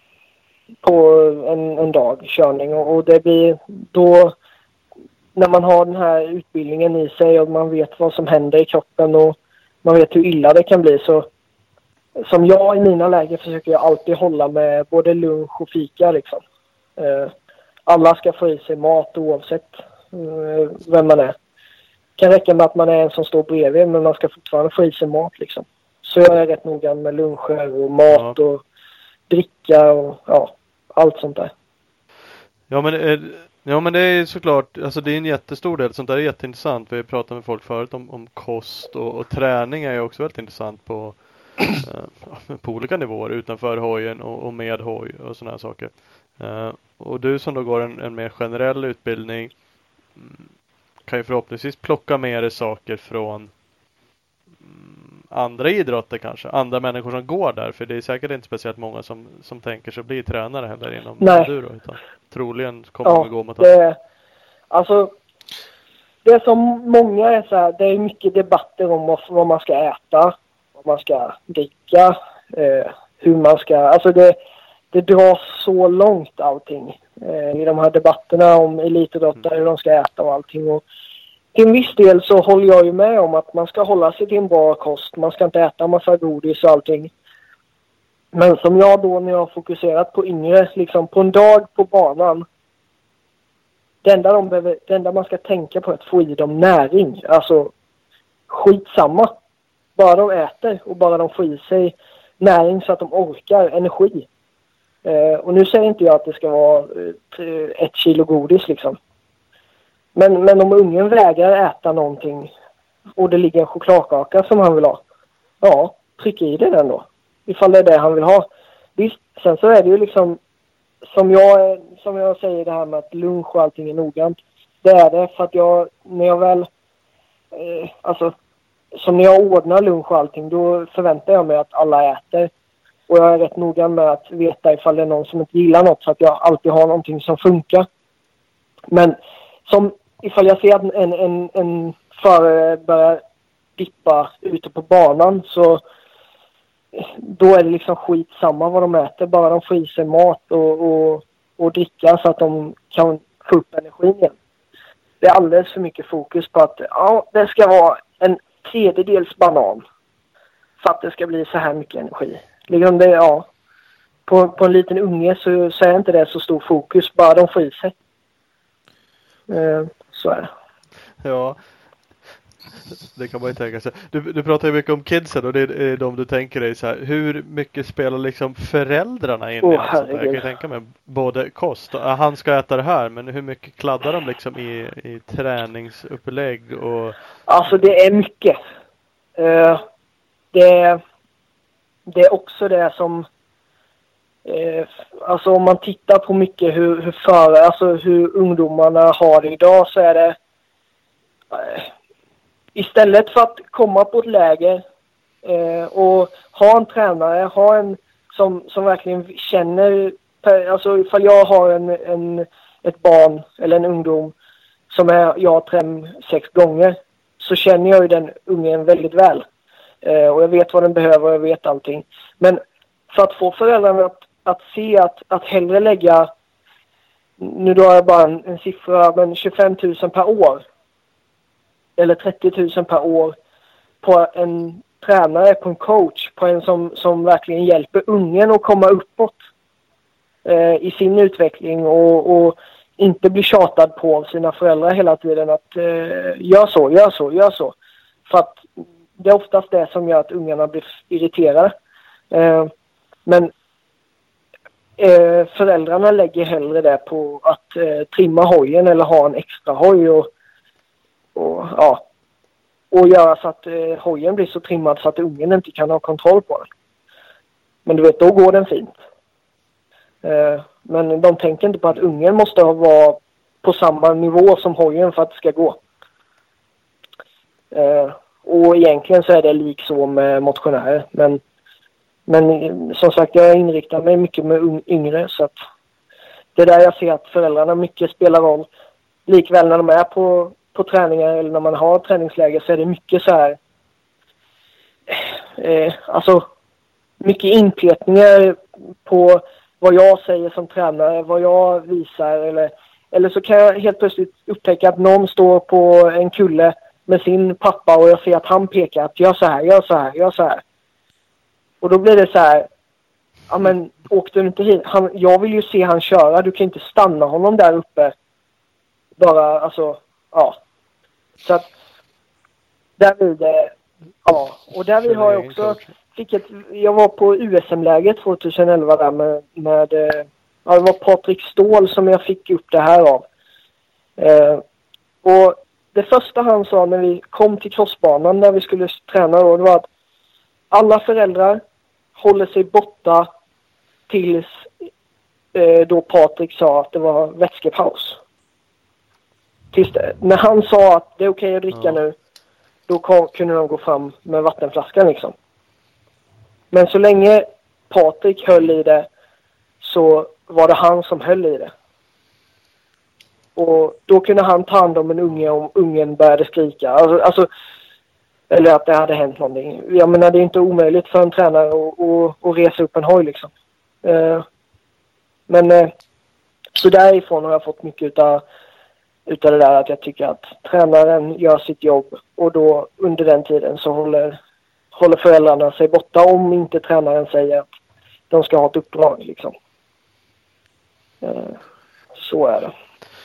på en, en dag körning och, och det blir då när man har den här utbildningen i sig och man vet vad som händer i kroppen och man vet hur illa det kan bli så som jag i mina läger försöker jag alltid hålla med både lunch och fika liksom. Eh, alla ska få i sig mat oavsett eh, vem man är. Det kan räcka med att man är en som står bredvid men man ska fortfarande få i sig mat liksom. Så jag är rätt noga med luncher och mat ja. och dricka och ja, allt sånt där. Ja men, är, ja, men det är såklart, alltså det är en jättestor del, sånt där är jätteintressant. Vi har pratat med folk förut om, om kost och, och träning är också väldigt intressant på, eh, på olika nivåer utanför hojen och, och med hoj och såna här saker. Eh, och du som då går en, en mer generell utbildning kan ju förhoppningsvis plocka med dig saker från andra idrotter kanske. Andra människor som går där. För det är säkert inte speciellt många som, som tänker sig bli tränare heller inom Nej. enduro. Utan troligen kommer Ja, de gå mot det, alltså det som många är så här, det är mycket debatter om vad, vad man ska äta, vad man ska dricka, eh, hur man ska, alltså det, det dras så långt allting eh, i de här debatterna om elitidrottare, hur de ska äta och allting. Och till en viss del så håller jag ju med om att man ska hålla sig till en bra kost, man ska inte äta en massa godis och allting. Men som jag då när jag har fokuserat på yngre, liksom på en dag på banan, Det enda, de behöver, det enda man ska tänka på är att få i dem näring. Alltså skitsamma. Bara de äter och bara de får i sig näring så att de orkar energi. Eh, och nu säger inte jag att det ska vara eh, ett kilo godis liksom. Men, men om ungen vägrar äta någonting och det ligger en chokladkaka som han vill ha. Ja, tryck i det den då. Ifall det är det han vill ha. Visst, sen så är det ju liksom Som jag, som jag säger det här med att lunch och allting är noggrant. Det är det för att jag, när jag väl, eh, alltså, som när jag ordnar lunch och allting, då förväntar jag mig att alla äter. Och jag är rätt noga med att veta ifall det är någon som inte gillar något så att jag alltid har någonting som funkar. Men som ifall jag ser att en, en, en förare börjar dippa ute på banan så då är det liksom skitsamma vad de äter. Bara de får i sig mat och, och, och dricka så att de kan få upp energin igen. Det är alldeles för mycket fokus på att ja, det ska vara en tredjedels banan för att det ska bli så här mycket energi. Liksom det, ja, på, på en liten unge så, så är inte det så stor fokus. Bara de får i sig. Eh, så är det. Ja. Det kan man ju tänka sig. Du, du pratar ju mycket om kidsen och det är de du tänker dig så här. Hur mycket spelar liksom föräldrarna in i oh, allt? Jag kan tänka mig både kost och han ska äta det här, men hur mycket kladdar de liksom i, i träningsupplägg och... Alltså det är mycket. Uh, det, det är också det som uh, alltså om man tittar på mycket hur, hur för, alltså hur ungdomarna har det idag så är det uh, istället för att komma på ett läger eh, och ha en tränare, ha en som, som verkligen känner, alltså ifall jag har en, en, ett barn eller en ungdom som är, jag har tränat sex gånger så känner jag ju den ungen väldigt väl. Eh, och jag vet vad den behöver och jag vet allting. Men för att få föräldrarna att, att se att, att hellre lägga, nu drar jag bara en, en siffra, men tjugofem tusen per år eller trettio tusen per år på en tränare, på en coach, på en som, som verkligen hjälper ungen att komma uppåt eh, i sin utveckling och, och inte bli tjatad på av sina föräldrar hela tiden att eh, gör så, gör så, gör så. För att det är oftast det som gör att ungarna blir irriterade. Eh, men eh, föräldrarna lägger hellre det på att eh, trimma hojen eller ha en extra hoj och Och, ja, och göra så att eh, hojen blir så trimmad så att ungen inte kan ha kontroll på den. Men du vet, då går den fint. Eh, men de tänker inte på att ungen måste vara på samma nivå som hojen för att det ska gå. Eh, och egentligen så är det lik så med motionärer. Men, men som sagt, jag inriktar mig mycket med yngre så att det är där jag ser att föräldrarna mycket spelar roll. Likväl när de är på på träningar eller när man har träningsläger så är det mycket så här eh, alltså mycket inpetningar på vad jag säger som tränare, vad jag visar eller, eller så kan jag helt plötsligt upptäcka att någon står på en kulle med sin pappa och jag ser att han pekar att gör så här, gör så här, gör så här. Och då blir det så här, ja men åkte du inte hit? Han, jag vill ju se han köra, du kan inte stanna honom där uppe bara, alltså ja. Så att där vi det, ja, och där vi har jag också fick ett, jag var på U S M-läget tjugoelva där med, med ja, det var Patrik Ståhl som jag fick upp det här av. Eh, och det första han sa när vi kom till crossbanan där vi skulle träna då, det var att alla föräldrar håller sig borta tills eh, då Patrik sa att det var vätskepaus. Tills det, när han sa att det är okej att dricka ja. nu, då kom, kunde de gå fram med vattenflaskan liksom. Men så länge Patrik höll i det så var det han som höll i det. Och då kunde han ta hand om en unge om ungen började skrika. Alltså, alltså, eller att det hade hänt någonting. Jag menar, det är inte omöjligt för en tränare att, att, att resa upp en hoj liksom. Uh, men uh, så därifrån har jag fått mycket utav, utav det där att jag tycker att tränaren gör sitt jobb. Och då under den tiden så håller, håller föräldrarna sig borta om inte tränaren säger att de ska ha ett uppdrag liksom. Uh, så är det.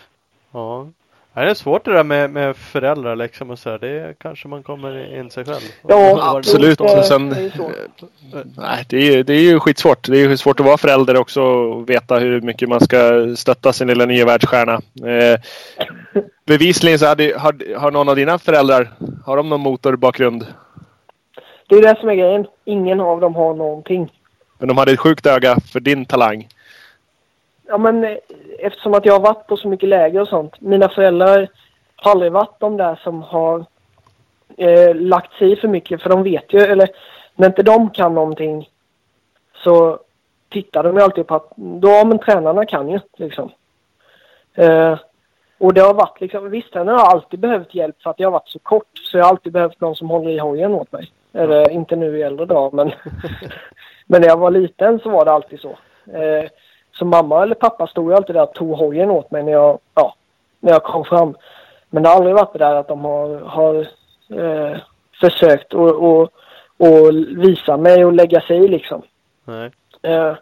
Ja. Det är svårt det där med, med föräldrar liksom och så här. Det kanske man kommer in sig själv. Ja, absolut. Det, och sen, det är så. Nej, det är ju, det är ju skitsvårt. Det är ju svårt att vara förälder också och veta hur mycket man ska stötta sin lilla nya världsstjärna. Eh, bevisligen så hade, har, har någon av dina föräldrar, har de någon motorbakgrund? Det är det som är grejen. Ingen av dem har någonting. Men de hade ett sjukt öga för din talang. Ja, men eftersom att jag har varit på så mycket läger och sånt. Mina föräldrar har aldrig varit de där som har eh, lagt sig i för mycket. För de vet ju, eller när inte de kan någonting så tittar de ju alltid på att då, men tränarna kan ju liksom. Eh, och det har varit liksom, visst, tränarna har alltid behövt hjälp för att jag har varit så kort. Så jag har alltid behövt någon som håller i hojen åt mig. Eller inte nu i äldre dag, men, men när jag var liten så var det alltid så. Eh, Så mamma eller pappa stod ju alltid där och tog hojen åt mig när jag, ja, när jag kom fram. Men det har aldrig varit det där att de har, har eh, försökt att och, och visa mig och lägga sig i liksom. Nej. Eh,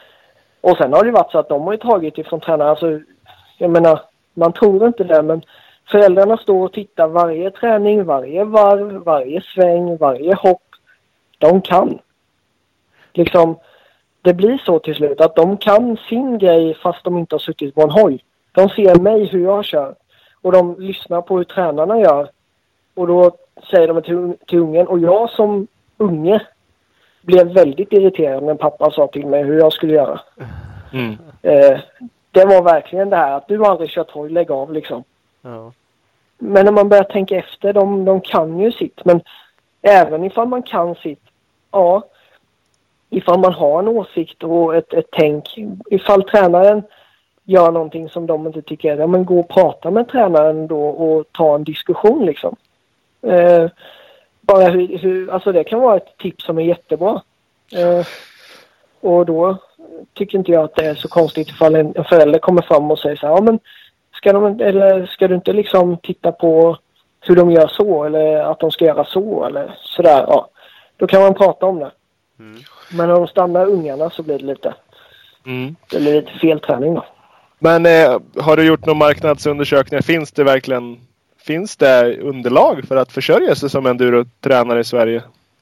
och sen har det varit så att de har ju tagit ifrån tränare. Alltså, jag menar, man tror inte det, men föräldrarna står och tittar varje träning, varje varv, varje sväng, varje hopp. De kan. Liksom... Det blir så till slut att de kan sin grej fast de inte har suttit på en hoj. De ser mig hur jag kör. Och de lyssnar på hur tränarna gör. Och då säger de till, till ungen. Och jag som unge blev väldigt irriterad när pappa sa till mig hur jag skulle göra. Mm. Eh, det var verkligen det här att du har aldrig kört hoj, lägg av liksom. Ja. Men när man börjar tänka efter, de, de kan ju sitt. Men även ifall man kan sitt, ja... Ifall man har en åsikt och ett, ett tänk. Ifall tränaren gör någonting som de inte tycker är det. Men gå och prata med tränaren då och ta en diskussion liksom. Eh, bara hur, hur, alltså det kan vara ett tips som är jättebra. Eh, och då tycker inte jag att det är så konstigt ifall en, en förälder kommer fram och säger så här. Ja, men ska, de, eller ska du inte liksom titta på hur de gör så? Eller att de ska göra så? Eller sådär, ja. Då kan man prata om det. Mm. Men när de stannar ungarna så blir det lite mm. det blir lite fel träning då. Men eh, har du gjort någon marknadsundersökningar? Finns det verkligen finns det underlag för att försörja sig som enduro-tränare i Sverige?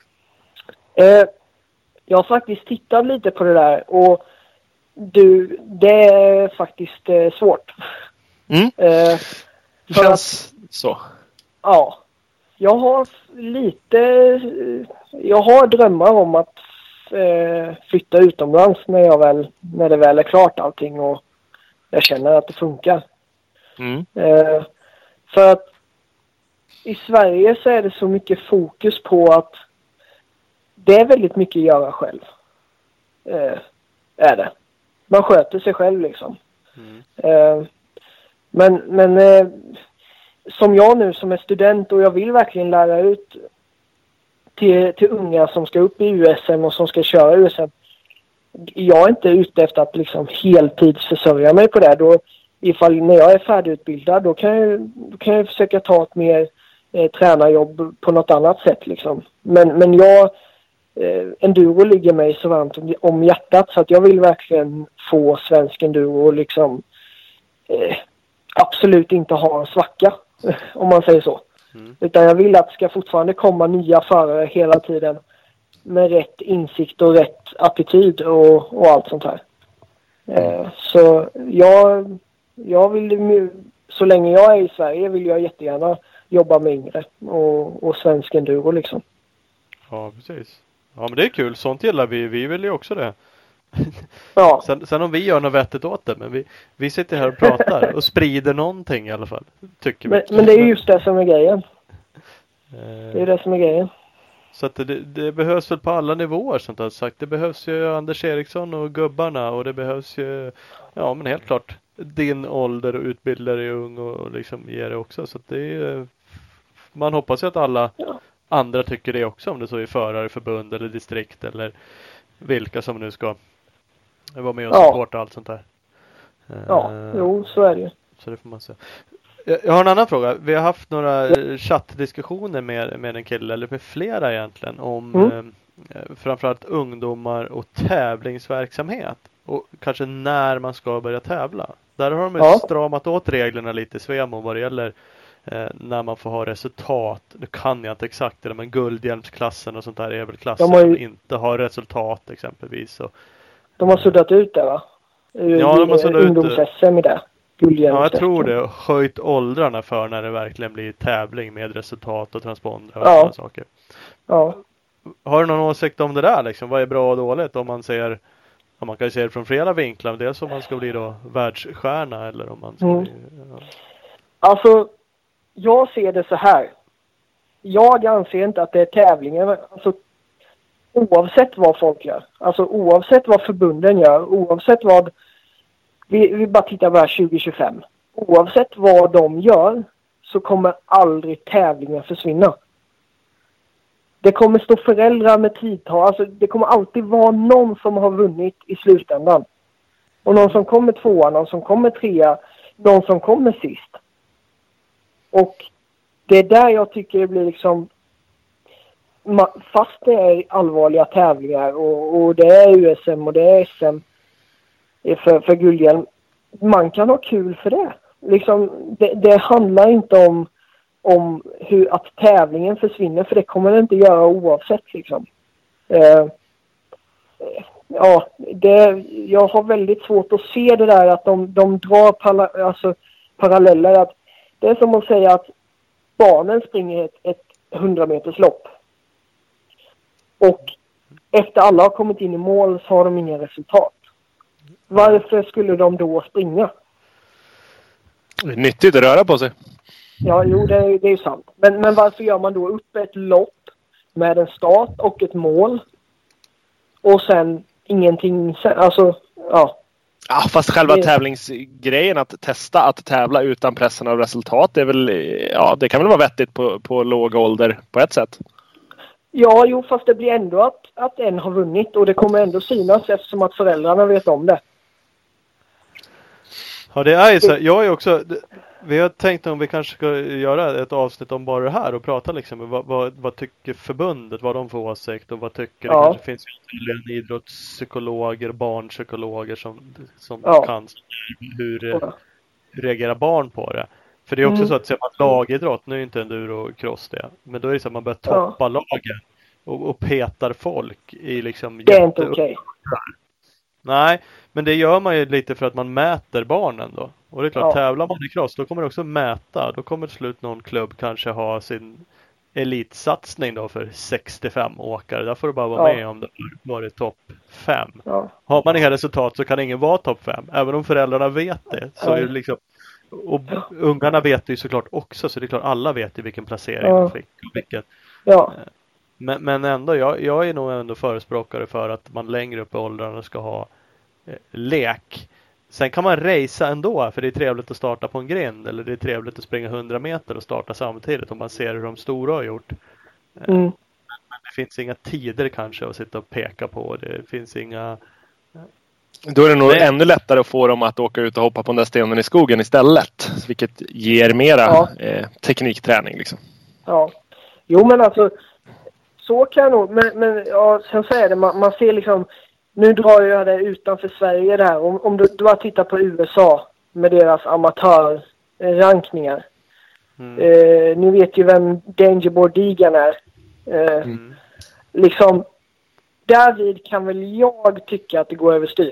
Eh, jag har faktiskt tittat lite på det där och du, det är faktiskt eh, svårt. Mm. Eh, det känns att, så. Ja. Jag har lite jag har drömmar om att eh, flytta utomlands när jag väl när det väl är klart allting och jag känner att det funkar. Mm. Eh, för att i Sverige så är det så mycket fokus på att det är väldigt mycket att göra själv. Eh, är det. Man sköter sig själv liksom. Mm. Eh, men men eh, som jag nu som är student och jag vill verkligen lära ut till, till unga som ska upp i U S M och som ska köra U S M. Jag är inte ute efter att liksom heltidsförsörja mig på det. Då, ifall när jag är färdigutbildad då kan jag, då kan jag försöka ta ett mer eh, tränarjobb på något annat sätt. Liksom. Men, men jag, eh, enduro ligger mig så varmt om, om hjärtat så att jag vill verkligen få svensk enduro och liksom eh, absolut inte ha en svacka. Om man säger så. Mm. Utan jag vill att det ska fortfarande komma nya förare hela tiden. Med rätt insikt och rätt attityd och, och allt sånt här. Mm. Eh, så jag, jag vill, så länge jag är i Sverige vill jag jättegärna jobba med yngre. Och, och svensk enduro liksom. Ja, precis. Ja, men det är kul. Sånt gillar vi. Vi vill ju också det. Ja. sen, sen om vi gör något vettigt åt det. Men vi, vi sitter här och pratar och sprider någonting i alla fall. Tycker vi. Men, men det är just det som är grejen. Det är det som är grejen. Så att det, det behövs väl på alla nivåer som jag har sagt. Det behövs ju Anders Eriksson och gubbarna och det behövs ju, ja men helt klart, din ålder och utbildare är ung och, och liksom ger det också. Så att det är, man hoppas ju att alla ja. andra tycker det också, om det så är förare, förbund eller distrikt eller vilka som nu ska vara med och supporta ja. allt sånt där. Ja, uh, jo så är det ju. Så det får man säga. Jag har en annan fråga. Vi har haft några chattdiskussioner med, med en kille, eller med flera egentligen, om mm. eh, framförallt ungdomar och tävlingsverksamhet. Och kanske när man ska börja tävla. Där har de ja. stramat åt reglerna lite i Svemo vad det gäller eh, när man får ha resultat. Nu kan jag inte exakt det, men guldhjälmsklassen och sånt där är väl klasser de ju... som inte har resultat exempelvis. Och, de har suddat ut det va? Ja, de har suddat ut ungdoms-S M i det. Ja, jag tror det. Höjt åldrarna för när det verkligen blir tävling med resultat och transponder och ja. sådana saker. Ja. Har du någon åsikt om det där liksom? Vad är bra och dåligt? Om man ser, om man kan se det från flera vinklar. Dels om man ska bli då världsstjärna eller om man ska mm. bli... Ja. Alltså, jag ser det så här. Jag anser inte att det är tävlingar. Alltså, oavsett vad folk gör. Alltså oavsett vad förbunden gör. Oavsett vad... Vi, vi bara tittar på här tjugo tjugofem. Oavsett vad de gör så kommer aldrig tävlingen försvinna. Det kommer stå föräldrar med tidtal. Alltså det kommer alltid vara någon som har vunnit i slutändan. Och någon som kommer tvåa, någon som kommer trea, någon som kommer sist. Och det är där jag tycker det blir liksom... Fast det är allvarliga tävlingar och, och det är U S M och det är S M... För, för guldhjälm. Man kan ha kul för det. Liksom, det, det handlar inte om, om hur att tävlingen försvinner. För det kommer det inte göra oavsett. Liksom. Eh, ja, det, jag har väldigt svårt att se det där att de, de drar pala, alltså, paralleller. Att det är som att säga att barnen springer ett, ett hundra meters lopp. Och efter alla har kommit in i mål så har de inga resultat. Varför skulle de då springa? Det är nyttigt att röra på sig. Ja, jo, det är, det är sant. Men, men varför gör man då upp ett lopp med en start och ett mål och sen ingenting, alltså, ja. Ja, fast själva det... tävlingsgrejen att testa att tävla utan pressen av resultat, det är väl, ja, det kan väl vara vettigt på, på låg ålder på ett sätt. Ja, jo, fast det blir ändå att, att en har vunnit och det kommer ändå synas eftersom att föräldrarna vet om det. Ja, det är ju så. Jag är också, vi har tänkt om vi kanske ska göra ett avsnitt om bara det här och prata liksom, vad, vad, vad tycker förbundet, vad de får åsikt och vad tycker, ja. Det kanske finns ju idrottspsykologer, barnpsykologer som, som ja. kan hur ja. reagerar barn på det. För det är också mm. så att ser man lagidrott, nu är inte enduro och cross det, men då är det så att man börjar toppa ja. lagen och, och petar folk i liksom... Det är inte okej. Okay. Nej, men det gör man ju lite för att man mäter barnen då. Och det är klart, ja. tävlar man i cross, då kommer det också mäta. Då kommer till slut någon klubb kanske ha sin elitsatsning då för sextiofem åkare. Där får du bara vara ja. med om det var det topp fem. Ja. Har man inga resultat så kan ingen vara topp fem. Även om föräldrarna vet det så ja. är det liksom... Och ungarna vet ju såklart också, så det är klart alla vet ju vilken placering ja. de fick. Vilken. Ja. Men, men ändå, jag, jag är nog ändå förespråkare för att man längre upp i åldrarna ska ha eh, lek. Sen kan man racea ändå, för det är trevligt att starta på en grind. Eller det är trevligt att springa hundra meter och starta samtidigt om man ser hur de stora har gjort. Mm. Men det finns inga tider kanske att sitta och peka på. Det finns inga... Då är det nog Nej. ännu lättare att få dem att åka ut och hoppa på den där stenen i skogen istället. Vilket ger mera ja. eh, teknikträning liksom. Ja, jo men alltså så kan jag nog, men, men ja, sen säger det, man, man ser liksom, nu drar jag det utanför Sverige där. Om, om du, du bara tittar på U S A med deras amatörrankningar. Mm. Eh, ni vet ju vem Dangerboard Deegan är. Eh, mm. Liksom, därvid kan väl jag tycka att det går överstyr.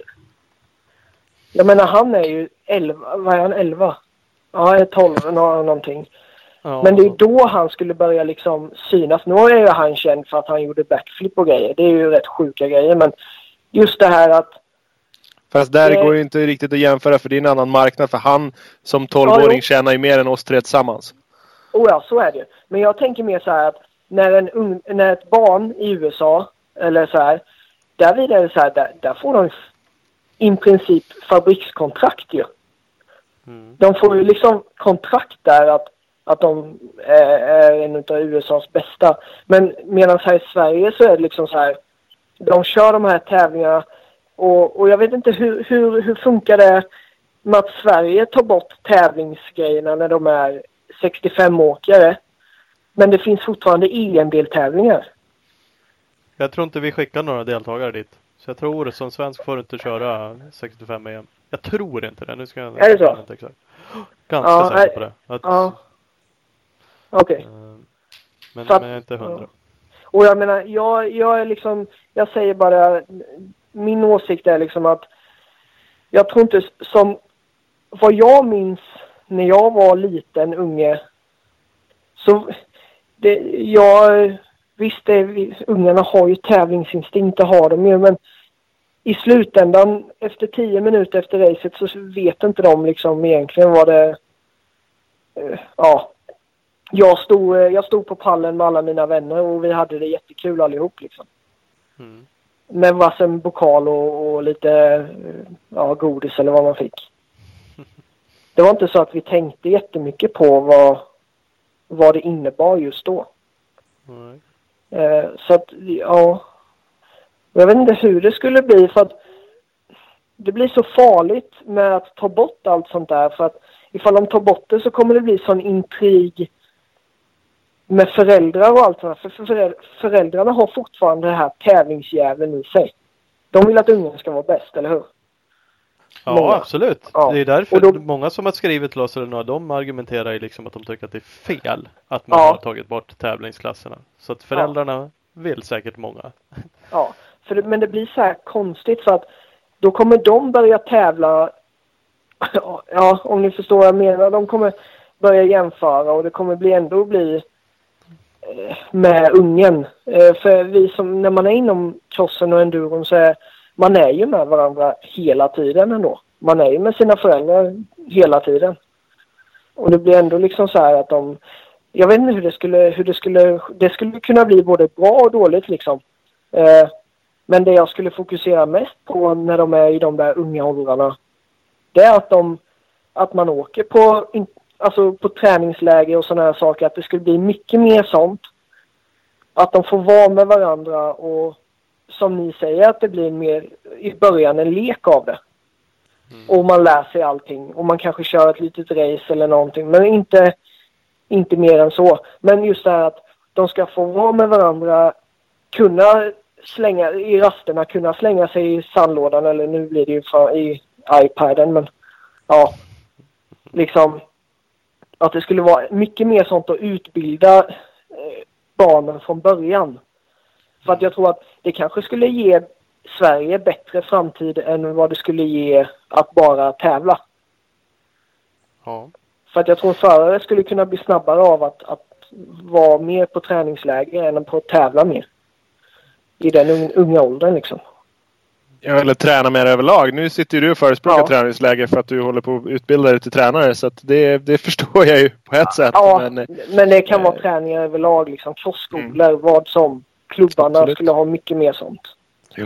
Jag menar, han är ju elva, vad är han, elva? Ja, tolv, någonting. Ja. Men det är då han skulle börja liksom synas. Nu är ju han känd för att han gjorde backflip och grejer. Det är ju rätt sjuka grejer, men just det här att... Fast där det... går ju inte riktigt att jämföra, för det är en annan marknad. För han som tolvåring ja, tjänar ju mer än oss tre tillsammans. oh ja, så är det. Men jag tänker mer så här att när, en ung, när ett barn i U S A, eller så här, där vidare är det så här, där, där får de i princip fabrikskontrakt ju. Mm. De får ju liksom kontrakt där att, att de är, är en av U S A:s bästa. Men medan här i Sverige så är det liksom så här, de kör de här tävlingarna och, och jag vet inte hur, hur, hur funkar det med att Sverige tar bort tävlingsgrejerna när de är sextiofem-åkare. Men det finns fortfarande E M-deltävlingar. Jag tror inte vi skickar några deltagare dit. Så jag tror som svensk får du inte köra sextiofem E M. Jag tror inte det. Nu ska jag är det så? Inte exakt. Ganska ja, säker är, på det. Att, ja. Okej. Okay. Men, men jag är inte hundra. Ja. Och jag menar, jag, jag är liksom, jag säger bara, min åsikt är liksom att jag tror inte, som vad jag minns när jag var liten unge, så det, jag, visst det, ungarna har ju tävlingsinstinkt, det har de ju, men i slutändan, efter tio minuter efter racet så vet inte de liksom egentligen vad det, uh, ja, jag stod, jag stod på pallen med alla mina vänner och vi hade det jättekul allihop liksom. Mm. Med varsin pokal och, och lite ja, godis eller vad man fick. Det var inte så att vi tänkte jättemycket på vad, vad det innebar just då. Mm. Eh, så att, ja. Jag vet inte hur det skulle bli, för att det blir så farligt med att ta bort allt sånt där. För att ifall de tar bort det så kommer det bli sån intrig med föräldrar och allt sånt. För föräldrarna har fortfarande det här tävlingsjäveln i sig. De vill att ungen ska vara bäst, eller hur? Ja, många. Absolut. Ja. Det är därför då, många som har skrivit till oss eller några, de argumenterar ju liksom att de tycker att det är fel att man ja. har tagit bort tävlingsklasserna. Så att föräldrarna ja. vill säkert många. Ja, för det, men det blir så här konstigt för att då kommer de börja tävla, ja, om ni förstår vad jag menar, de kommer börja jämföra och det kommer bli ändå bli eh, med ungen. Eh, för vi som, när man är inom crossen och enduron så är man är ju med varandra hela tiden ändå. Man är ju med sina föräldrar hela tiden. Och det blir ändå liksom så här att de, jag vet inte hur det skulle, hur det skulle, det skulle kunna bli både bra och dåligt liksom. Eh, men det jag skulle fokusera mest på när de är i de där unga åldrarna, det är att de, att man åker på, alltså på träningsläger och sådana här saker, att det skulle bli mycket mer sånt. Att de får vara med varandra och som ni säger, att det blir mer i början en lek av det. Mm. Och man lär sig allting. Och man kanske kör ett litet race eller någonting. Men inte, inte mer än så. Men just det här att de ska få vara med varandra. Kunna slänga i rasterna. Kunna slänga sig i sandlådan. Eller nu blir det ju för, i iPaden. Men ja. Liksom. Att det skulle vara mycket mer sånt att utbilda eh, barnen från början. För att jag tror att det kanske skulle ge Sverige bättre framtid än vad det skulle ge att bara tävla. Ja. För att jag tror förare skulle kunna bli snabbare av att, att vara mer på träningsläger än på att tävla mer. I den unga åldern liksom. Ja, eller träna mer överlag. Nu sitter ju du och förespråkar ja. träningsläger för att du håller på att utbilda dig till tränare. Så att det, det förstår jag ju på ett sätt. Ja, men, men det kan äh, vara träningar överlag. Liksom crossskolor, mm. vad som. Klubbarna Absolut. skulle ha mycket mer sånt. Jo.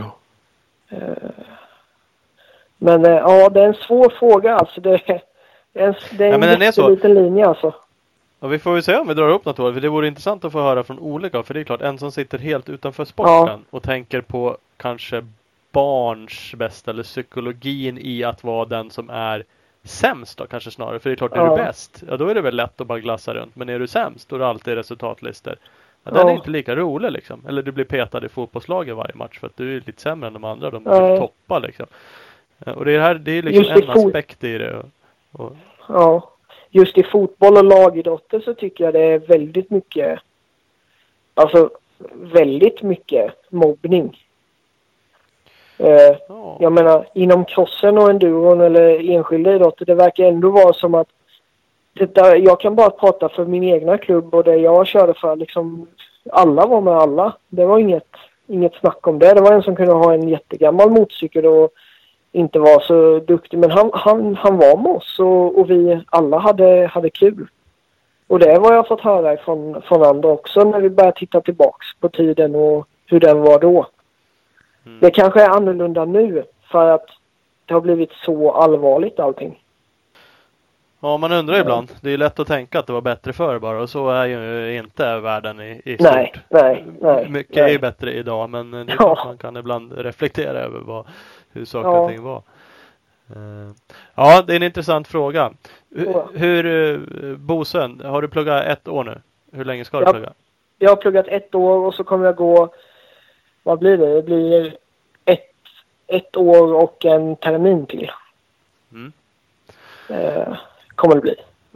Men ja, det är en svår fråga. Alltså det, det är en, det är en ja, jätteliten linje alltså. Ja, vi får ju se om vi drar upp något år. För det vore intressant att få höra från olika. För det är klart, en som sitter helt utanför sporten. Ja. Och tänker på kanske barns bästa. Eller psykologin i att vara den som är sämst då kanske snarare. För det är klart, är ja. du bäst, ja då är det väl lätt att bara glassa runt. Men är du sämst, då är det alltid resultatlister. Ja, den ja. är inte lika rolig liksom. Eller du blir petad i fotbollslaget varje match för att du är lite sämre än de andra. De är ja. toppa liksom. Och det här, det är liksom just en aspekt i det. Och, och... Ja, just i fotboll och lagidrotter så tycker jag det är väldigt mycket, alltså väldigt mycket mobbning. Eh, ja. Jag menar, inom crossen och enduron eller enskilda idrotter, det verkar ändå vara som att det där, jag kan bara prata för min egna klubb och det jag körde för, liksom alla var med alla. Det var inget, inget snack om det. Det var en som kunde ha en jättegammal motorcykel och inte var så duktig, men han, han, han var med oss och, och vi alla hade, hade kul. Och det är vad jag har fått höra från, från andra också när vi börjar titta tillbaks på tiden och hur den var då. Mm. Det kanske är annorlunda nu för att det har blivit så allvarligt allting. Ja, man undrar ibland. Det är lätt att tänka att det var bättre förr bara. Och så är ju inte världen i, i nej, stort. Nej, nej. Mycket nej. är ju bättre idag. Men det är ja. man kan ibland reflektera över vad, hur saker ja. och ting var. Uh, ja, det är en intressant fråga. Hur, ja. hur uh, Bosön, har du pluggat ett år nu? Hur länge ska du jag, plugga? Jag har pluggat ett år och så kommer jag gå, vad blir det? Det blir ett, ett år och en termin till. Mm. Uh, kommer det bli.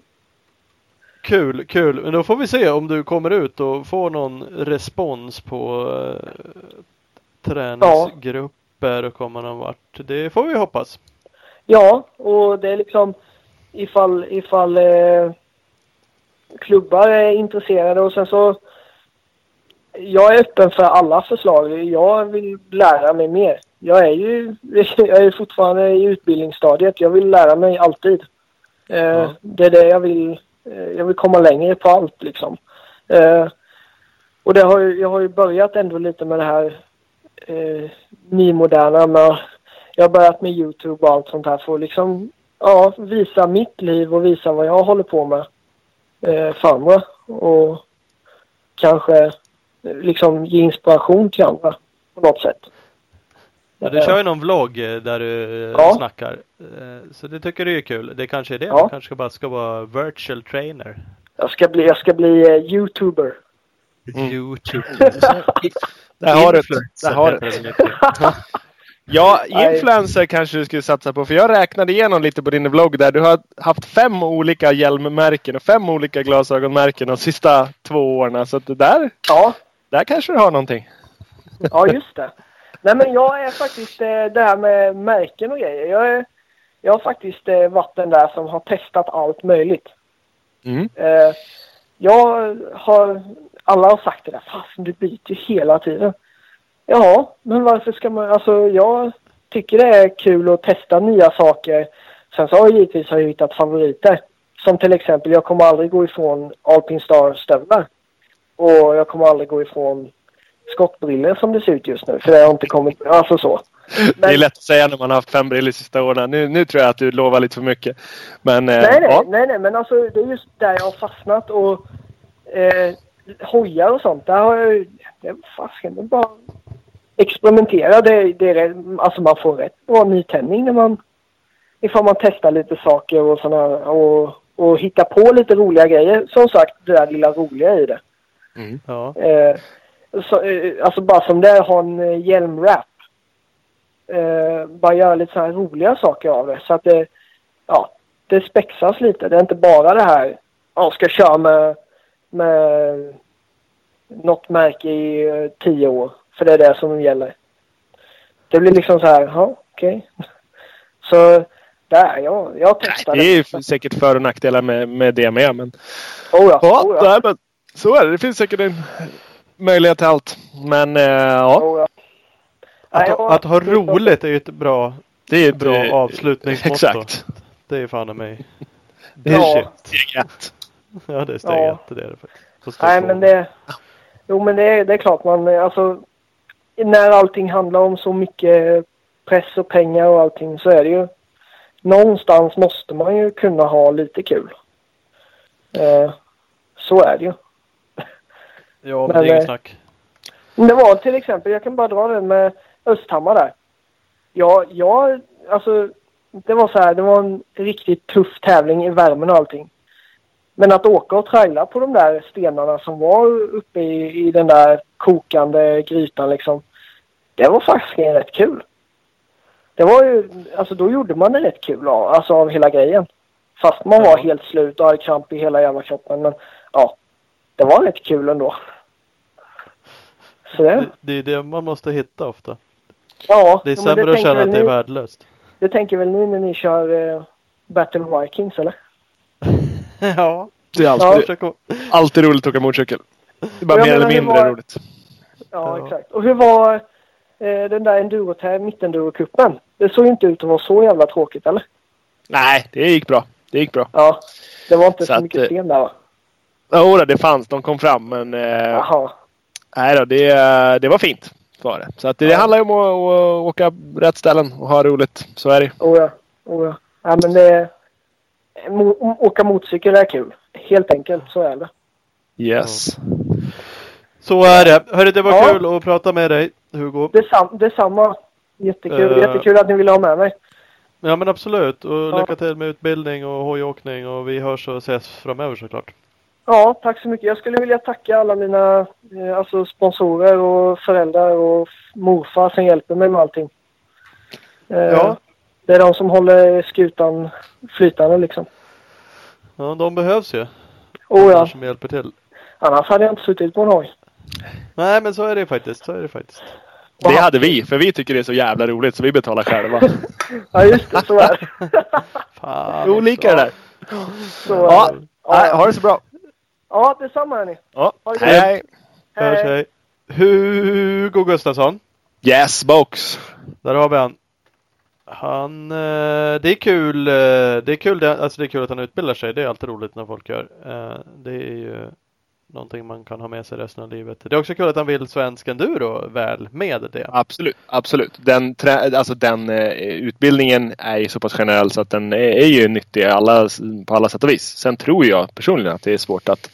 Kul, kul. Men då får vi se om du kommer ut och får någon respons på uh, träningsgrupper och kommer någon vart. Det får vi hoppas. Ja, och det är liksom ifall, ifall eh, klubbar är intresserade och sen så jag är öppen för alla förslag. Jag vill lära mig mer. Jag är ju jag är fortfarande i utbildningsstadiet. Jag vill lära mig alltid. Eh, ja. Det är det jag vill. Eh, jag vill komma längre på allt liksom. Eh, och det har ju, jag har ju börjat ändå lite med det här eh, nymoderna med jag har börjat med YouTube och allt sånt här för att liksom, ja, visa mitt liv och visa vad jag håller på med eh, för andra. Och kanske liksom ge inspiration till andra på något sätt. Ja, du kör ju någon vlogg där du ja. snackar. Så det tycker du är kul. Det kanske är det. Ja. Du kanske bara ska vara virtual trainer. Jag ska bli, jag ska bli uh, YouTuber. Mm. YouTuber. Där har du Där har du Ja, influencer kanske du skulle satsa på. För jag räknade igenom lite på din vlogg där. Du har haft fem olika hjälmmärken och fem olika glasögonmärken de sista två åren. Så att det där, ja. där kanske du har någonting. Ja, just det. Nej, men jag är faktiskt eh, det här med märken och grejer. Jag, är, jag har faktiskt eh, varit den där som har testat allt möjligt. Mm. Eh, jag har, alla har sagt det där. Fast du byter ju hela tiden. Ja, men varför ska man... Alltså, jag tycker det är kul att testa nya saker. Sen så har jag givetvis har jag hittat favoriter. Som till exempel, jag kommer aldrig gå ifrån Alpinstar-stövlar. Och jag kommer aldrig gå ifrån skottbriller som det ser ut just nu. För det har inte kommit... Alltså så. Men, det är lätt att säga när man har haft fem briller sista åren. Nu, nu tror jag att du lovar lite för mycket. Men, nej, eh, nej, ja. nej, nej. Men alltså, det är just där jag har fastnat. Och eh, hojar och sånt. Där har jag... Det är fasken, det är bara... experimentera, det, det är, alltså man får rätt bra nytändning när man ifall man testar lite saker och såna, och, och hittar på lite roliga grejer. Som sagt, det där lilla roliga i det. Mm. Ja. Eh, så, eh, alltså bara som det, ha en hjälmwrap. Eh, bara göra lite så här roliga saker av det. Så att det, ja, det spexas lite. Det är inte bara det här, jag ska köra med, med något märke i eh, tio år. För det är det som gäller. Det blir liksom så här, ja, okej. Okay. Så där, ja, jag testar. Det är ju säkert för- och nackdelar med, med det med, men... Oh ja, ja, oh ja. Nej, men så är det. Det finns säkert en möjlighet till allt. Men, eh, ja. Oh ja. Att, ha, att ha roligt är ju ett bra, det är ett bra det, avslutningsmotto. Exakt. Det är fan av mig. Det är ja. steg ett. Ja, det är steg ja. ett. Det är det faktiskt. Nej, men det... Jo, men det är, det är klart man... Alltså, när allting handlar om så mycket press och pengar och allting så är det ju... Någonstans måste man ju kunna ha lite kul. Eh, så är det ju. Ja, men, men det är inget snack. Det var till exempel, jag kan bara dra den med Östhammar där. Ja, jag... Alltså, det var så här, det var en riktigt tuff tävling i värmen och allting. Men att åka och traila på de där stenarna som var uppe i, i den där kokande grytan liksom. Det var faktiskt rätt kul. Det var ju, alltså då gjorde man det rätt kul av, alltså av hela grejen. Fast man var helt slut och hade kramp i hela jävla kroppen. Men ja, det var rätt kul ändå. Så det. Det, det är det man måste hitta ofta. Ja. Det är sämre det att känna att det är värdelöst. Det tänker väl ni när ni kör eh, Battle Vikings, eller? Ja. Det är alltid, ja. alltid roligt att åka motorcykel. Det är bara ja, mer eller mindre var... roligt. Ja, ja, exakt. Och hur var eh, den där enduro mittenduro-kuppen? Det såg inte ut att vara så jävla tråkigt, eller? Nej, det gick bra. Det gick bra. Ja, det var inte så, så att, mycket sten där, va? Ja, det fanns. De kom fram, men... Eh, Jaha. Nej då, det, det var fint. Var det. Så att det, Ja. det handlar ju om att, att åka rätt ställen och ha roligt. Så är det. Oh ja. Oh ja. Ja, men det... Mo- åka motorcykel är kul. Helt enkelt, så är det. Yes. Så är det. Hörru, det var Ja. kul att prata med dig, Hugo. Detsam- detsamma. Jättekul. Uh, Jättekul att ni ville ha med mig. Ja, men absolut. Och Ja. lycka till med utbildning och hojåkning. Och vi hörs och ses framöver såklart. Ja, tack så mycket. Jag skulle vilja tacka alla mina eh, alltså sponsorer och föräldrar och morfar som hjälper mig med allting. Eh, Ja. Det är de som håller skutan flytande liksom. Ja, de behövs ju. Oh De ja, som hjälper till. annars hade jag inte suttit på en hoj. Nej, men så är det faktiskt. Så är det faktiskt. Det hade vi, för vi tycker det är så jävla roligt så vi betalar själva. Ja, just det. Så är det. Fan. Olika det där. Så är Ja, det. nej, ha det så bra. Ja, detsamma hörni. Ja, Ha det gott. hej, hej. Hörs, hej. Hugo Gustafsson. Yes, box. Där har vi han. Han, eh, det är kul, eh, det är kul, det, alltså det är kul att han utbildar sig. Det är alltid roligt när folk gör. Eh, det är ju någonting man kan ha med sig resten av livet. Det är också kul att han vill svensk enduro väl med det. Absolut, absolut. Den, trä- alltså den eh, utbildningen är ju så pass generell så att den är, är ju nyttig alla, på alla sätt och vis. Sen tror jag personligen att det är svårt att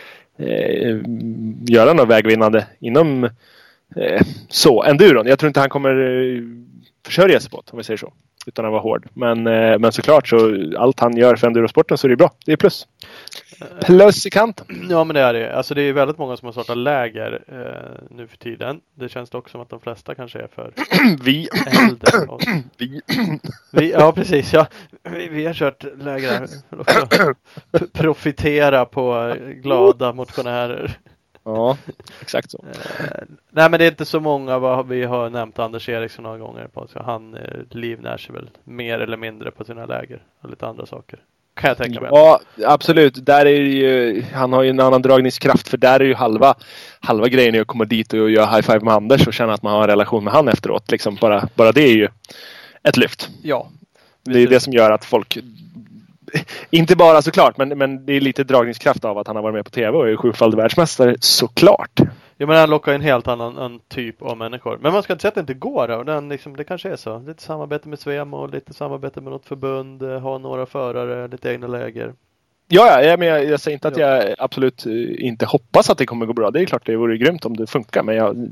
eh, göra något vägvinnande inom eh, så, enduron. Jag tror inte han kommer eh, försörja sig på det, om vi säger så. Utan att vara hård. Men, eh, men såklart så allt han gör för endurosporten så är det bra. Det är plus. Plus i kanten. Ja, men det är det. Alltså det är väldigt många som har startat läger eh, nu för tiden. Det känns dock som att de flesta kanske är för Vi. äldre. Och Vi. vi, ja, precis. Ja. Vi, vi har kört läger här. Också p- profitera på glada motionärer. Ja, exakt så. Eh, nej, men det är inte så många. Vad vi har nämnt Anders Eriksson några gånger på. Så han eh, livnär sig väl mer eller mindre på sina läger och lite andra saker. Kan jag tänka mig. Ja, absolut. Där är det ju, han har ju en annan dragningskraft för där är ju halva, halva grejen är att komma dit och göra high five med Anders och känna att man har en relation med han efteråt. Liksom bara, bara det är ju ett lyft. Ja. Det är det som gör att folk, inte bara såklart, men, men det är lite dragningskraft av att han har varit med på tv och är sjufaldig världsmästare, såklart. Ja, men han lockar en helt annan en typ av människor. Men man ska inte säga att det inte går. Och den, liksom, det kanske är så. Lite samarbete med Svemo och lite samarbete med något förbund. Ha några förare, lite egna läger. Ja, ja men jag, jag säger inte att jag absolut inte hoppas att det kommer gå bra. Det är klart det vore grymt om det funkar, men jag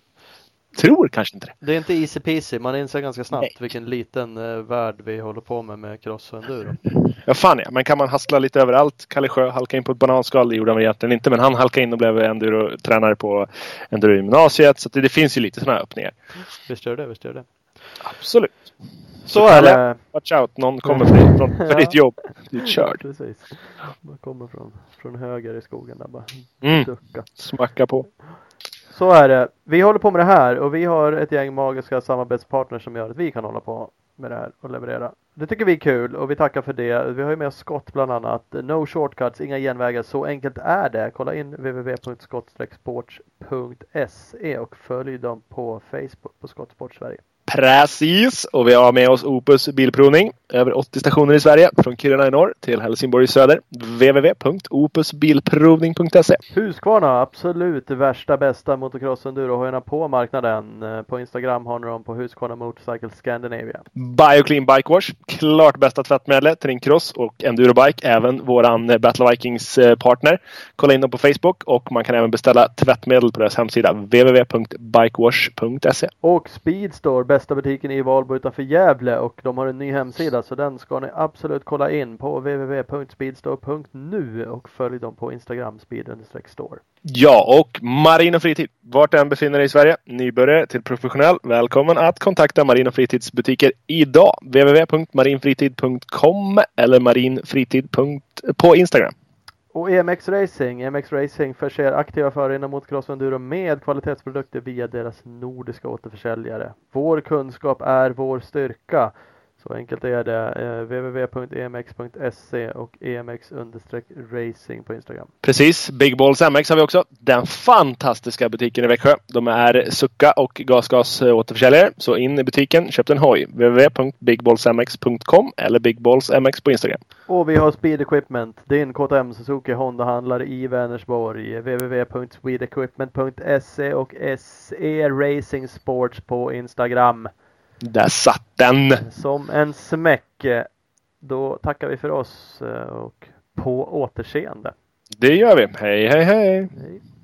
tror kanske inte det. Det är inte easy peasy. Man inser ganska snabbt Nej. vilken liten eh, värld vi håller på med med cross och enduro. Ja, fan ja. Men kan man hassla lite överallt? Kalle Sjö halkade in på ett bananskal. Det gjorde han egentligen inte. Men han halkade in och blev enduro-tränare på enduro-gymnasiet. Så det, det finns ju lite sådana här öppningar. Visst gör det, visst gör det. Absolut. Så är det. Watch out. Någon kommer för, ditt, från, för ditt jobb. Du är körd. Precis. Man kommer från, från höger i skogen där bara. Mm. Ducka. Smacka på. Så är det. Vi håller på med det här och vi har ett gäng magiska samarbetspartners som gör att vi kan hålla på med det här och leverera. Det tycker vi är kul och vi tackar för det. Vi har ju med oss Scott bland annat. No shortcuts, inga genvägar. Så enkelt är det. Kolla in w w w punkt scott sports punkt s e och följ dem på Facebook på Scott Sports Sverige. Precis, och vi har med oss Opus bilprovning. Över åttio stationer i Sverige. Från Kiruna i norr till Helsingborg i söder. w w w punkt opus bilprovning punkt s e. Husqvarna, absolut värsta bästa motocross enduro-hojarna på marknaden. På Instagram har ni dem på Husqvarna Motorcycle Scandinavia. BioClean Bike Wash. Klart bästa tvättmedel till din cross och endurobike. Även våran Battle Vikings partner. Kolla in dem på Facebook och man kan även beställa tvättmedel på deras hemsida w w w punkt bikewash punkt s e. Och Speedstore, bästa butiken i Valbo utanför Gävle, och de har en ny hemsida så den ska ni absolut kolla in på w w w punkt speedstore punkt nu och följ dem på Instagram speed-store. Ja, och Marin och Fritid. Vart än befinner dig i Sverige, nybörjare till professionell, välkommen att kontakta Marin och Fritids butiker idag. w w w punkt marinfritid punkt com eller marinfritid på Instagram. Och E M X Racing. E M X Racing förser aktiva förare inom motocross och enduro med kvalitetsprodukter via deras nordiska återförsäljare. Vår kunskap är vår styrka. Så enkelt är det. Eh, w w w punkt e m x punkt s e och e m x racing på Instagram. Precis. Big Balls M X har vi också. Den fantastiska butiken i Växjö. De är sucka och gasgas återförsäljare. Så in i butiken, köp en hoj. w w w punkt big balls m x punkt com eller Big Balls M X på Instagram. Och vi har Speed Equipment, din K T M Suzuki Honda-handlare i Vänersborg. w w w punkt speedequipment punkt s e och S E Racing Sports på Instagram. Där satt den! Som en smäck. Då tackar vi för oss och på återseende. Det gör vi. Hej, hej, hej! Hej.